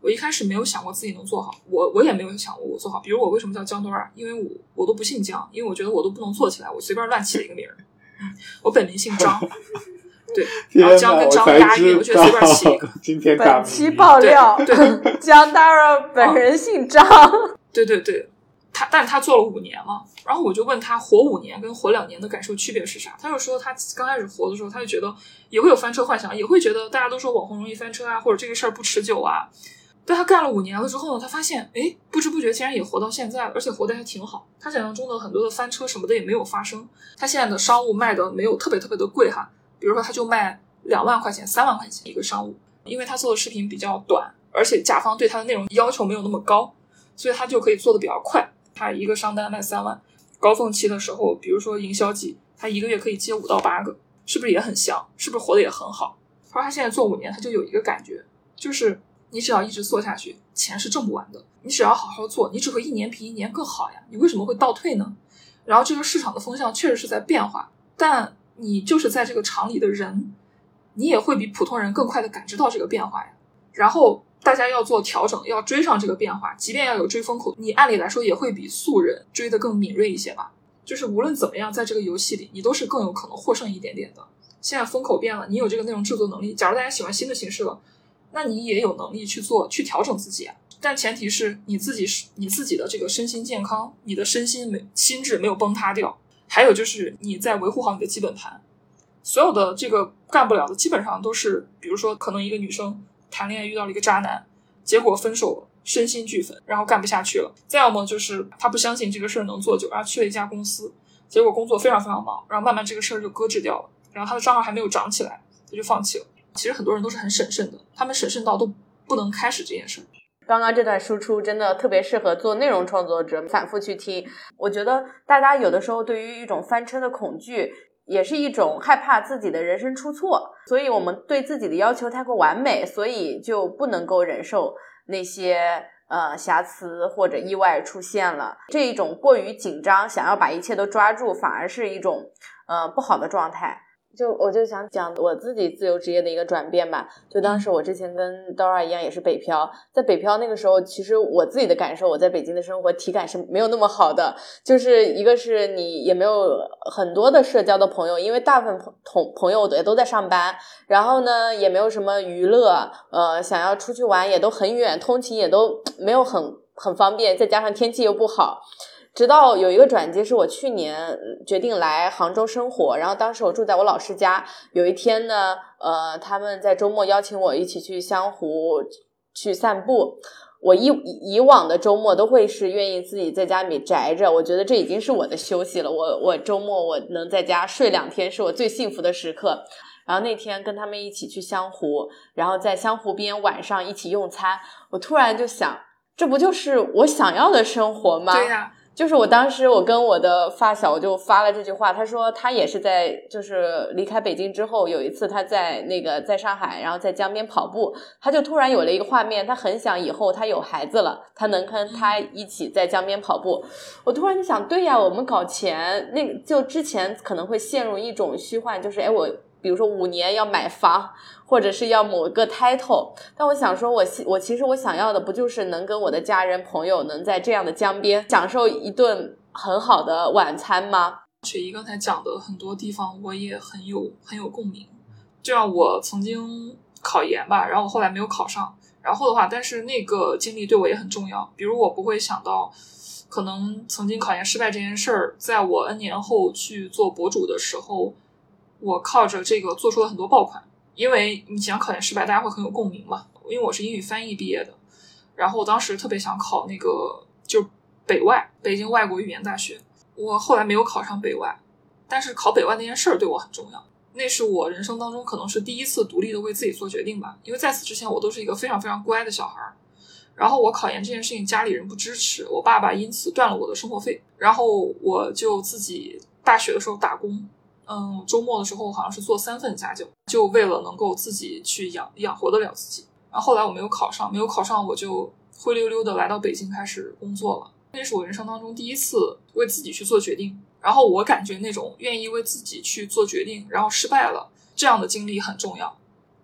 我一开始没有想过自己能做好，我我也没有想过我做好。比如我为什么叫江多尔，因为我我都不姓江，因为我觉得我都不能做起来，我随便乱起了一个名儿。嗯，我本名姓张，对，然后江跟张押韵，我觉得随便起一个。 今天大本期爆料， 对， 江 Dara 本人姓张。 对对对，他但是他做了五年了，然后我就问他活五年跟活两年的感受区别是啥？他就说他刚开始活的时候，他就觉得也会有翻车幻想，也会觉得大家都说网红容易翻车啊，或者这个事儿不持久啊。但他干了五年了之后呢，他发现，哎，不知不觉竟然也活到现在了，而且活得还挺好。他想象中的很多的翻车什么的也没有发生。他现在的商务卖的没有特别特别的贵哈，比如说他就卖两万块钱、三万块钱一个商务，因为他做的视频比较短，而且甲方对他的内容要求没有那么高，所以他就可以做的比较快。他一个商单卖三万，高峰期的时候，比如说营销季，他一个月可以接五到八个，是不是也很香？是不是活得也很好？他说他现在做五年，他就有一个感觉，就是你只要一直做下去，钱是挣不完的。你只要好好做，你只会一年比一年更好呀。你为什么会倒退呢？然后这个市场的风向确实是在变化，但你就是在这个场里的人，你也会比普通人更快的感知到这个变化呀。然后大家要做调整，要追上这个变化，即便要有追风口，你按理来说也会比素人追得更敏锐一些吧。就是无论怎么样，在这个游戏里，你都是更有可能获胜一点点的。现在风口变了，你有这个内容制作能力，假如大家喜欢新的形式了，那你也有能力去做，去调整自己啊。但前提是你自己是你自己的这个身心健康，你的身心没心智没有崩塌掉，还有就是你在维护好你的基本盘。所有的这个干不了的，基本上都是，比如说可能一个女生谈恋爱遇到了一个渣男，结果分手了，身心俱焚，然后干不下去了。再要么就是她不相信这个事儿能做久，然后去了一家公司，结果工作非常非常忙，然后慢慢这个事儿就搁置掉了，然后她的账号还没有涨起来，她就放弃了。其实很多人都是很审慎的，他们审慎到都不能开始这件事。 刚刚这段输出真的特别适合做内容创作者反复去听。我觉得大家有的时候对于一种翻车的恐惧，也是一种害怕自己的人生出错，所以我们对自己的要求太过完美，所以就不能够忍受那些呃瑕疵或者意外出现了。这一种过于紧张，想要把一切都抓住，反而是一种呃不好的状态。就我就想讲我自己自由职业的一个转变吧。就当时我之前跟 Dora 一样也是北漂，在北漂那个时候，其实我自己的感受，我在北京的生活体感是没有那么好的。就是一个是你也没有很多的社交的朋友，因为大部分朋朋友也都在上班，然后呢也没有什么娱乐，呃，想要出去玩也都很远，通勤也都没有很很方便，再加上天气又不好。直到有一个转机，是我去年决定来杭州生活，然后当时我住在我老师家，有一天呢，呃，他们在周末邀请我一起去湘湖去散步。我以以往的周末都会是愿意自己在家里宅着，我觉得这已经是我的休息了。我我周末我能在家睡两天，是我最幸福的时刻。然后那天跟他们一起去湘湖，然后在湘湖边晚上一起用餐，我突然就想，这不就是我想要的生活吗？ 对呀、啊。 就是我当时我跟我的发小我就发了这句话，他说他也是在就是离开北京之后，有一次他在那个在上海，然后在江边跑步，他就突然有了一个画面，他很想以后他有孩子了，他能跟他一起在江边跑步。我突然就想，对呀，我们搞钱那个就之前可能会陷入一种虚幻，就是哎我比如说五年要买房，或者是要某个 title， 但我想说我我其实我想要的不就是能跟我的家人朋友能在这样的江边享受一顿很好的晚餐吗？ 雪姨刚才讲的很多地方我也很有很有共鸣。就像我曾经考研吧，然后我后来没有考上，然后的话但是那个经历对我也很重要。比如我不会想到可能曾经考研失败这件事儿，在我 N 年后去做博主的时候，我靠着这个做出了很多爆款。因为你讲考研失败大家会很有共鸣嘛，因为我是英语翻译毕业的，然后我当时特别想考那个就北外北京外国语言大学，我后来没有考上北外，但是考北外那件事儿对我很重要，那是我人生当中可能是第一次独立的为自己做决定吧。因为在此之前我都是一个非常非常乖的小孩，然后我考研这件事情家里人不支持，我爸爸因此断了我的生活费，然后我就自己大学的时候打工，嗯，周末的时候好像是做三份家教，就为了能够自己去养养活得了自己。然后后来我没有考上，没有考上我就灰溜溜的来到北京开始工作了。那是我人生当中第一次为自己去做决定，然后我感觉那种愿意为自己去做决定然后失败了这样的经历很重要。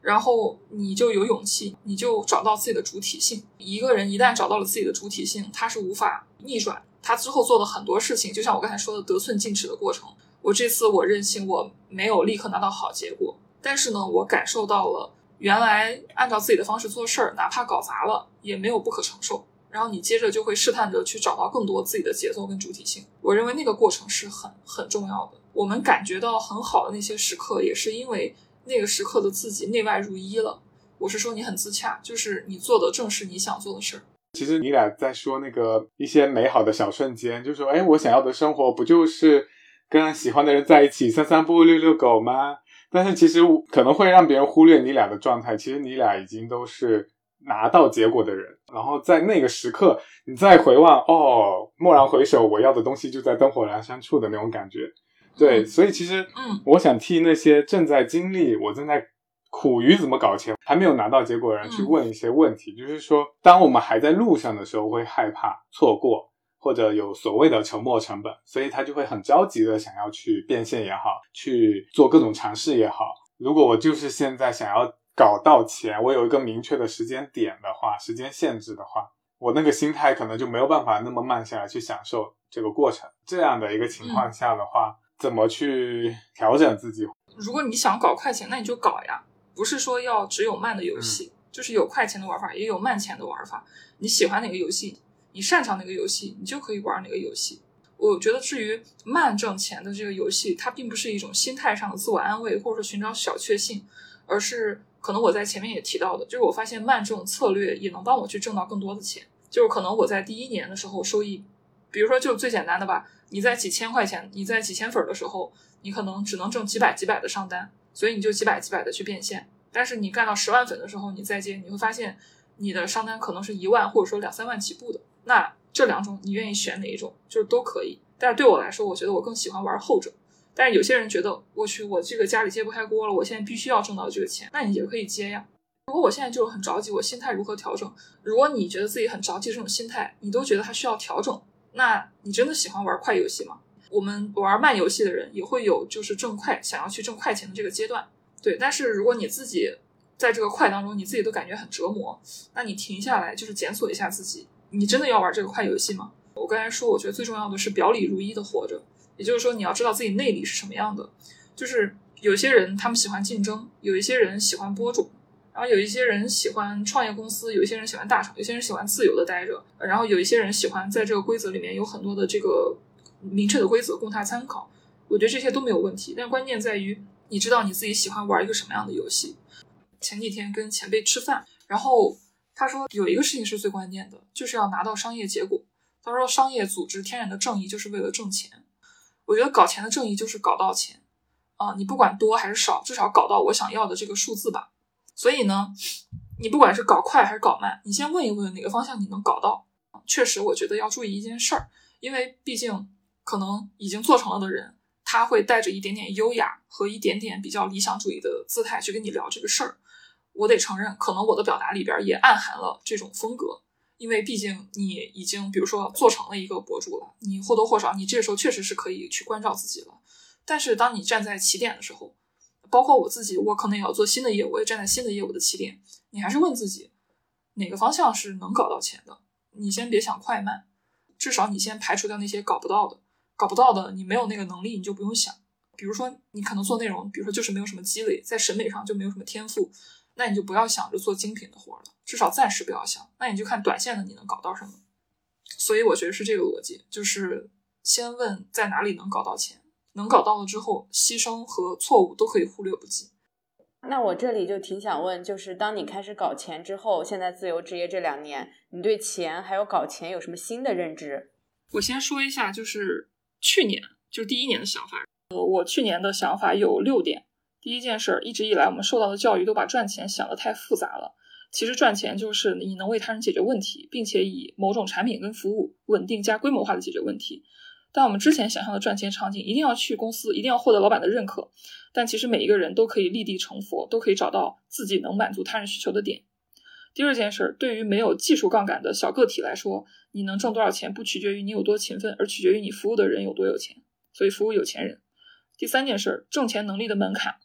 然后你就有勇气，你就找到自己的主体性。一个人一旦找到了自己的主体性，他是无法逆转，他之后做的很多事情，就像我刚才说的得寸进尺的过程。我这次我认清我没有立刻拿到好结果，但是呢，我感受到了原来按照自己的方式做事儿，哪怕搞砸了也没有不可承受。然后你接着就会试探着去找到更多自己的节奏跟主体性。我认为那个过程是很很重要的。我们感觉到很好的那些时刻，也是因为那个时刻的自己内外如一了。我是说你很自洽，就是你做的正是你想做的事儿。 其实你俩在说那个一些美好的小瞬间，就说哎，我想要的生活不就是跟喜欢的人在一起散散步遛遛狗吗？但是其实可能会让别人忽略你俩的状态，其实你俩已经都是拿到结果的人，然后在那个时刻你再回望，哦，蓦然回首，我要的东西就在灯火阑珊处的那种感觉。对，所以其实我想替那些正在经历，我正在苦于怎么搞钱还没有拿到结果的人去问一些问题，就是说当我们还在路上的时候会害怕错过，或者有所谓的沉没成本，所以他就会很着急的想要去变现也好，去做各种尝试也好。如果我就是现在想要搞到钱，我有一个明确的时间点的话，时间限制的话，我那个心态可能就没有办法那么慢下来去享受这个过程。这样的一个情况下的话、嗯、怎么去调整自己？ 如果你想搞快钱，那你就搞呀，不是说要只有慢的游戏、嗯、就是有快钱的玩法，也有慢钱的玩法。你喜欢哪个游戏，你擅长哪个游戏，你就可以玩哪个游戏。我觉得至于慢挣钱的这个游戏，它并不是一种心态上的自我安慰，或者说寻找小确幸，而是可能我在前面也提到的，就是我发现慢这种策略也能帮我去挣到更多的钱。就是可能我在第一年的时候收益，比如说就最简单的吧，你在几千块钱，你在几千粉的时候，你可能只能挣几百几百的上单，所以你就几百几百的去变现。但是你干到十万粉的时候，你再接，你会发现你的上单可能是一万或者说两三万起步的。那这两种你愿意选哪一种，就是都可以。但是对我来说，我觉得我更喜欢玩后者。但是有些人觉得我去我这个家里揭不开锅了，我现在必须要挣到这个钱，那你也可以接呀。如果我现在就很着急，我心态如何调整？如果你觉得自己很着急，这种心态你都觉得它需要调整，那你真的喜欢玩快游戏吗？我们玩慢游戏的人也会有就是挣快想要去挣快钱的这个阶段，对。但是如果你自己在这个快当中你自己都感觉很折磨，那你停下来就是检索一下自己，你真的要玩这个快游戏吗？我刚才说我觉得最重要的是表里如一的活着，也就是说你要知道自己内里是什么样的。就是有些人他们喜欢竞争，有一些人喜欢播种，然后有一些人喜欢创业公司，有一些人喜欢大厂，有些人喜欢自由的待着，然后有一些人喜欢在这个规则里面有很多的这个明确的规则供他参考。我觉得这些都没有问题，但关键在于你知道你自己喜欢玩一个什么样的游戏。前几天跟前辈吃饭，然后他说有一个事情是最关键的，就是要拿到商业结果。他说商业组织天然的正义就是为了挣钱。我觉得搞钱的正义就是搞到钱啊、呃，你不管多还是少，至少搞到我想要的这个数字吧。所以呢，你不管是搞快还是搞慢，你先问一问哪个方向你能搞到。确实我觉得要注意一件事儿，因为毕竟可能已经做成了的人，他会带着一点点优雅和一点点比较理想主义的姿态去跟你聊这个事儿。我得承认，可能我的表达里边也暗含了这种风格，因为毕竟你已经比如说做成了一个博主了，你或多或少你这个时候确实是可以去关照自己了。但是当你站在起点的时候，包括我自己，我可能也要做新的业务，我也站在新的业务的起点，你还是问自己哪个方向是能搞到钱的。你先别想快慢，至少你先排除掉那些搞不到的，搞不到的你没有那个能力你就不用想。比如说你可能做内容，比如说就是没有什么积累，在审美上就没有什么天赋，那你就不要想着做精品的活了，至少暂时不要想，那你就看短线的你能搞到什么。所以我觉得是这个逻辑，就是先问在哪里能搞到钱，能搞到了之后牺牲和错误都可以忽略不计。 那我这里就挺想问，就是当你开始搞钱之后，现在自由职业这两年，你对钱还有搞钱有什么新的认知？ 我先说一下，就是去年就是第一年的想法。我去年的想法有六点。第一件事，一直以来我们受到的教育都把赚钱想得太复杂了。其实赚钱就是你能为他人解决问题，并且以某种产品跟服务稳定加规模化的解决问题。但我们之前想象的赚钱场景一定要去公司，一定要获得老板的认可，但其实每一个人都可以立地成佛，都可以找到自己能满足他人需求的点。第二件事，对于没有技术杠杆的小个体来说，你能挣多少钱不取决于你有多勤奋，而取决于你服务的人有多有钱，所以服务有钱人。第三件事，挣钱能力的门槛，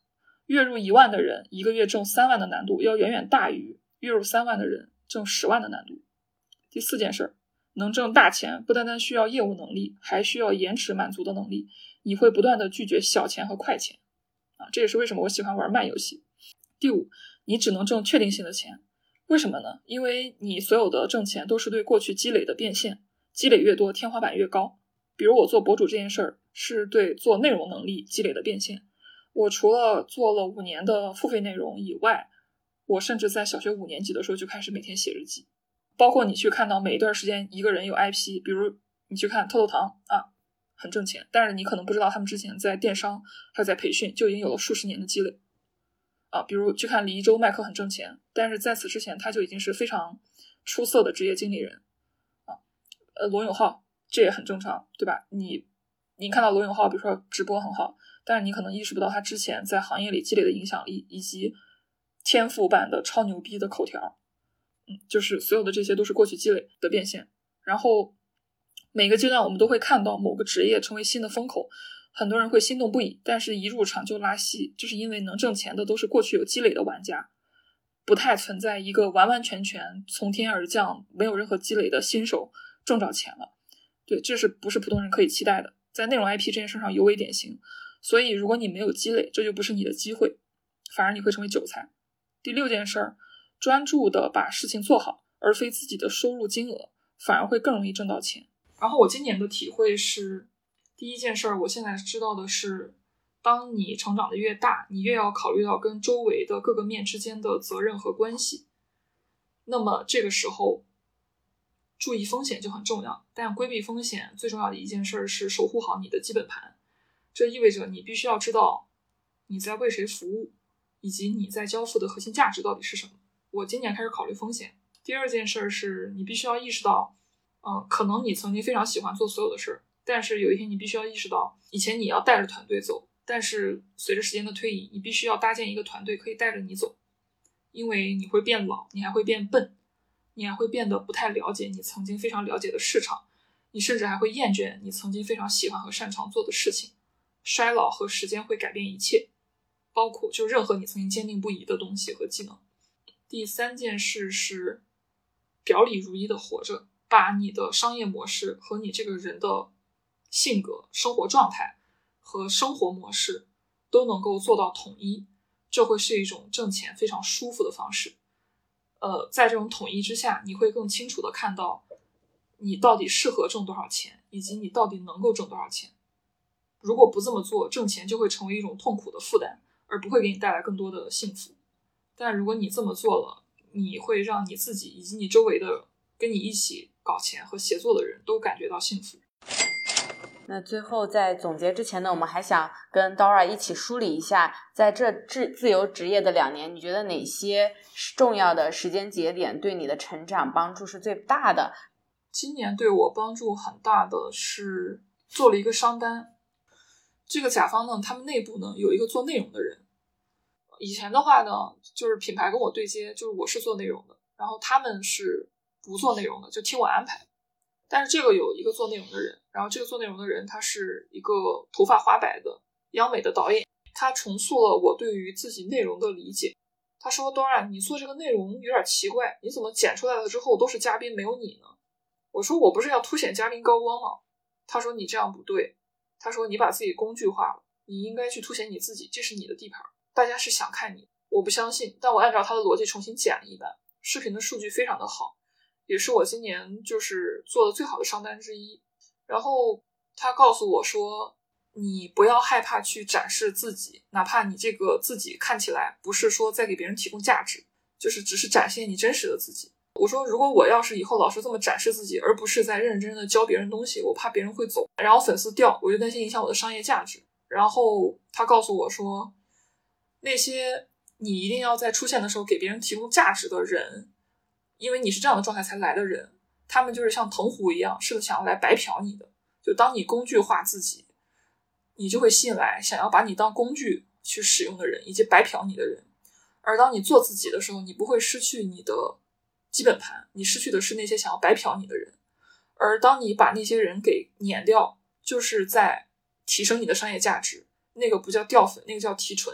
月入一万的人一个月挣三万的难度要远远大于月入三万的人挣十万的难度。第四件事，能挣大钱不单单需要业务能力，还需要延迟满足的能力。你会不断的拒绝小钱和快钱啊，这也是为什么我喜欢玩慢游戏。第五，你只能挣确定性的钱。为什么呢？因为你所有的挣钱都是对过去积累的变现，积累越多，天花板越高。比如我做博主这件事儿，是对做内容能力积累的变现。我除了做了五年的付费内容以外，我甚至在小学五年级的时候就开始每天写日记。包括你去看到每一段时间一个人有 I P， 比如你去看透透糖啊，很挣钱，但是你可能不知道他们之前在电商还有在培训就已经有了数十年的积累啊。比如去看李一舟，麦克很挣钱，但是在此之前他就已经是非常出色的职业经理人啊。呃，罗永浩这也很正常，对吧？你你看到罗永浩比如说直播很好，但是你可能意识不到他之前在行业里积累的影响力以及天赋版的超牛逼的口条。嗯，就是所有的这些都是过去积累的变现。然后每个阶段我们都会看到某个职业成为新的风口，很多人会心动不已，但是一入场就拉稀，就是因为能挣钱的都是过去有积累的玩家，不太存在一个完完全全从天而降没有任何积累的新手挣着钱了。对，这是不是普通人可以期待的，在内容 I P 这件事上尤为典型。所以如果你没有积累，这就不是你的机会，反而你会成为韭菜。第六件事儿，专注的把事情做好，而非自己的收入金额，反而会更容易挣到钱。然后我今年的体会是，第一件事儿，我现在知道的是，当你成长的越大，你越要考虑到跟周围的各个面之间的责任和关系。那么这个时候，注意风险就很重要，但规避风险最重要的一件事是守护好你的基本盘。这意味着你必须要知道你在为谁服务，以及你在交付的核心价值到底是什么。我今年开始考虑风险。第二件事是你必须要意识到，呃，可能你曾经非常喜欢做所有的事，但是有一天你必须要意识到，以前你要带着团队走，但是随着时间的推移，你必须要搭建一个团队可以带着你走，因为你会变老，你还会变笨，你还会变得不太了解你曾经非常了解的市场，你甚至还会厌倦你曾经非常喜欢和擅长做的事情。衰老和时间会改变一切，包括就任何你曾经坚定不移的东西和技能。第三件事是表里如一的活着，把你的商业模式和你这个人的性格、生活状态和生活模式都能够做到统一，这会是一种挣钱非常舒服的方式。呃，在这种统一之下，你会更清楚地看到你到底适合挣多少钱，以及你到底能够挣多少钱。如果不这么做，挣钱就会成为一种痛苦的负担，而不会给你带来更多的幸福。但如果你这么做了，你会让你自己以及你周围的跟你一起搞钱和协作的人都感觉到幸福。 那最后在总结之前呢，我们还想跟 Dora 一起梳理一下，在这自自由职业的两年，你觉得哪些重要的时间节点对你的成长帮助是最大的？ 今年对我帮助很大的是做了一个商单。这个甲方呢，他们内部呢有一个做内容的人。以前的话呢，就是品牌跟我对接，就是我是做内容的，然后他们是不做内容的，就听我安排。但是这个有一个做内容的人，然后这个做内容的人他是一个头发花白的央美的导演，他重塑了我对于自己内容的理解。他说 Dora 你做这个内容有点奇怪，你怎么剪出来了之后都是嘉宾没有你呢？我说我不是要凸显嘉宾高光吗？他说你这样不对，他说你把自己工具化了，你应该去凸显你自己，这是你的地盘，大家是想看你。我不相信，但我按照他的逻辑重新剪了一版，视频的数据非常的好，也是我今年就是做的最好的商单之一。然后他告诉我说，你不要害怕去展示自己，哪怕你这个自己看起来不是说在给别人提供价值，就是只是展现你真实的自己。我说如果我要是以后老是这么展示自己，而不是在认认真真的教别人东西，我怕别人会走，然后粉丝掉，我就担心影响我的商业价值。然后他告诉我说，那些你一定要在出现的时候给别人提供价值的人，因为你是这样的状态才来的人，他们就是像藤壶一样，是想要来白嫖你的。就当你工具化自己，你就会吸引来想要把你当工具去使用的人，以及白嫖你的人。而当你做自己的时候，你不会失去你的基本盘，你失去的是那些想要白嫖你的人。而当你把那些人给碾掉，就是在提升你的商业价值，那个不叫掉粉，那个叫提纯。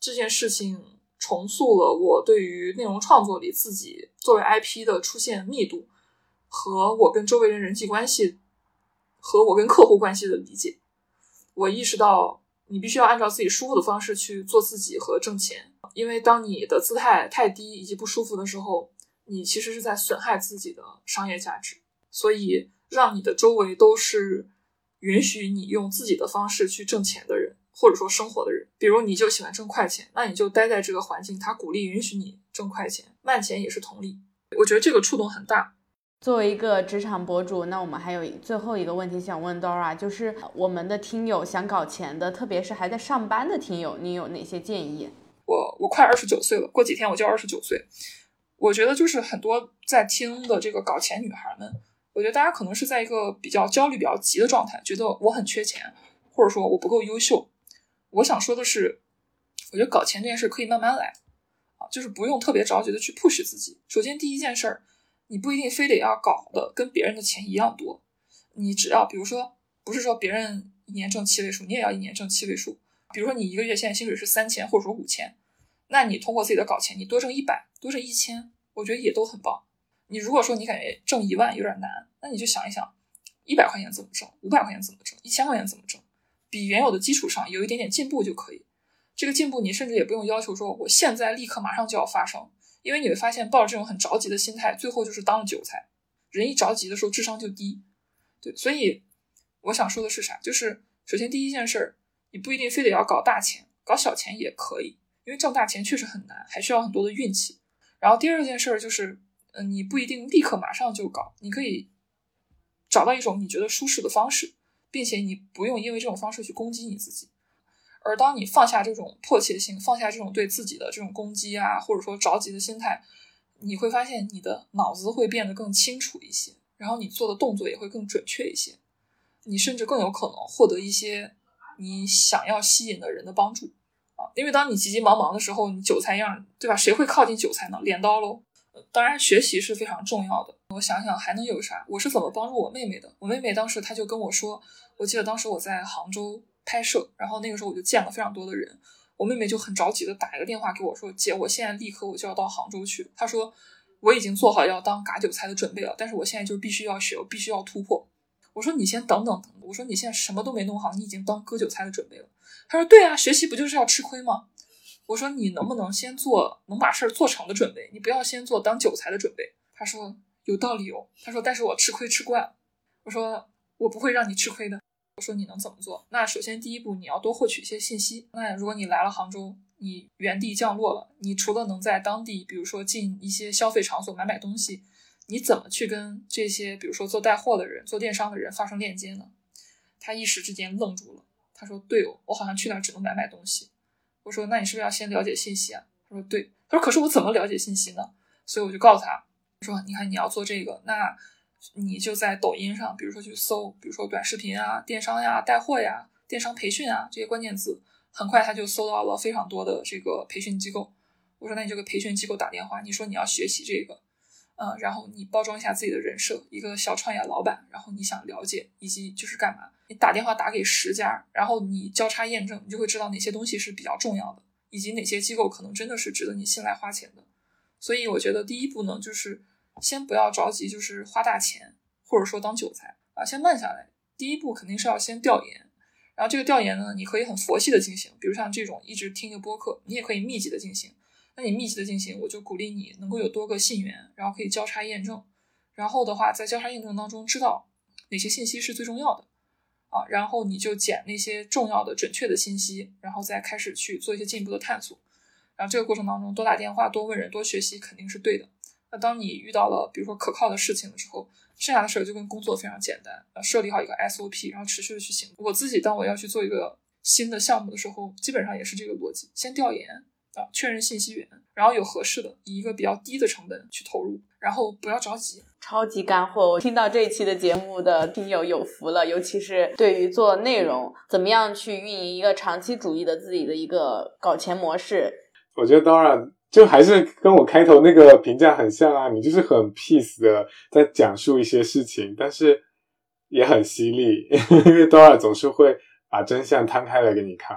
这件事情重塑了我对于内容创作里自己作为 I P 的出现密度和我跟周围人人际关系和我跟客户关系的理解。我意识到你必须要按照自己舒服的方式去做自己和挣钱，因为当你的姿态太低以及不舒服的时候，你其实是在损害自己的商业价值。所以让你的周围都是允许你用自己的方式去挣钱的人，或者说生活的人。比如你就喜欢挣快钱，那你就待在这个环境，它鼓励允许你挣快钱。慢钱也是同理，我觉得这个触动很大。 作为一个职场博主，那我们还有最后一个问题想问 Dora， 就是我们的听友想搞钱的，特别是还在上班的听友，你有哪些建议？ 我我快二十九岁了，过几天我就二十九岁。我觉得就是很多在听的这个搞钱女孩们，我觉得大家可能是在一个比较焦虑比较急的状态，觉得我很缺钱，或者说我不够优秀。我想说的是，我觉得搞钱这件事可以慢慢来啊，就是不用特别着急的去 push 自己。首先第一件事，你不一定非得要搞的跟别人的钱一样多，你只要比如说不是说别人一年挣七位数，你也要一年挣七位数。比如说你一个月现在薪水是三千或者说五千，那你通过自己的搞钱，你多挣一百，多挣一千，我觉得也都很棒。你如果说你感觉挣一万有点难，那你就想一想，一百块钱怎么挣，五百块钱怎么挣，一千块钱怎么挣，比原有的基础上有一点点进步就可以。这个进步你甚至也不用要求说我现在立刻马上就要发生，因为你会发现抱着这种很着急的心态，最后就是当了韭菜。人一着急的时候智商就低。对，所以我想说的是啥，就是首先第一件事，你不一定非得要搞大钱，搞小钱也可以，因为挣大钱确实很难，还需要很多的运气。然后第二件事就是嗯，你不一定立刻马上就搞，你可以找到一种你觉得舒适的方式，并且你不用因为这种方式去攻击你自己。而当你放下这种迫切性，放下这种对自己的这种攻击啊，或者说着急的心态，你会发现你的脑子会变得更清楚一些，然后你做的动作也会更准确一些，你甚至更有可能获得一些你想要吸引的人的帮助啊。因为当你急急忙忙的时候，你韭菜样，对吧？谁会靠近韭菜呢？镰刀喽。当然学习是非常重要的，我想想还能有啥，我是怎么帮助我妹妹的。我妹妹当时她就跟我说，我记得当时我在杭州拍摄，然后那个时候我就见了非常多的人，我妹妹就很着急的打一个电话给我说，姐，我现在立刻我就要到杭州去。她说我已经做好要当嘎韭菜的准备了，但是我现在就必须要学，我必须要突破。我说你先等等等，我说你现在什么都没弄好，你已经当割韭菜的准备了。她说对啊，学习不就是要吃亏吗？我说你能不能先做能把事儿做成的准备，你不要先做当韭菜的准备。他说有道理哦，他说但是我吃亏吃惯了。我说我不会让你吃亏的。我说你能怎么做？那首先第一步你要多获取一些信息。那如果你来了杭州，你原地降落了，你除了能在当地比如说进一些消费场所买买东西，你怎么去跟这些比如说做带货的人做电商的人发生链接呢？他一时之间愣住了，他说对哦，我好像去那儿只能买买东西。我说那你是不是要先了解信息啊？他说对。他说可是我怎么了解信息呢？所以我就告诉他，我说你看你要做这个，那你就在抖音上比如说去搜比如说短视频啊、电商呀、带货呀、电商培训啊这些关键字，很快他就搜到了非常多的这个培训机构。我说那你就给培训机构打电话，你说你要学习这个嗯，然后你包装一下自己的人设，一个小创业老板，然后你想了解以及就是干嘛，你打电话打给十家，然后你交叉验证，你就会知道哪些东西是比较重要的，以及哪些机构可能真的是值得你信赖花钱的。所以我觉得第一步呢，就是先不要着急就是花大钱或者说当韭菜啊，先慢下来。第一步肯定是要先调研，然后这个调研呢，你可以很佛系的进行，比如像这种一直听一个播客，你也可以密集的进行。那你密集的进行，我就鼓励你能够有多个信源，然后可以交叉验证，然后的话在交叉验证当中知道哪些信息是最重要的啊，然后你就捡那些重要的准确的信息，然后再开始去做一些进一步的探索。然后这个过程当中多打电话多问人多学习肯定是对的。那当你遇到了比如说可靠的事情的时候，剩下的事儿就跟工作非常简单，设立好一个 S O P， 然后持续的去行动。我自己当我要去做一个新的项目的时候，基本上也是这个逻辑，先调研啊，确认信息源，然后有合适的以一个比较低的成本去投入，然后不要着急。 超级干货，我听到这一期的节目的听友有福了，尤其是对于做内容怎么样去运营一个长期主义的自己的一个搞钱模式。 我觉得当然就还是跟我开头那个评价很像啊，你就是很 peace 的在讲述一些事情，但是也很犀利，因为 Dora 总是会把真相摊开来给你看。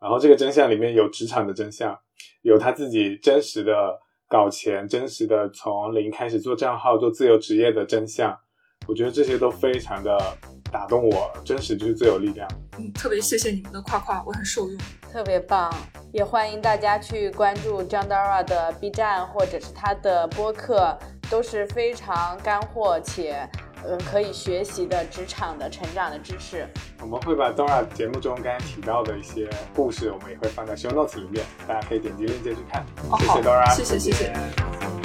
然后这个真相里面有职场的真相，有他自己真实的搞钱，真实的从零开始做账号做自由职业的真相，我觉得这些都非常的打动我，真实就是最有力量。 嗯，特别谢谢你们的夸夸，我很受用， 特别棒。也欢迎大家去关注 John Dara 的 B 站或者是他的播客，都是非常干货且嗯可以学习的职场的成长的知识。 我们会把 Dora 节目中刚才提到的一些故事，我们也会放在 show notes 里面，大家可以点击链接去看。 哦、 谢谢 Dora， 谢谢谢谢。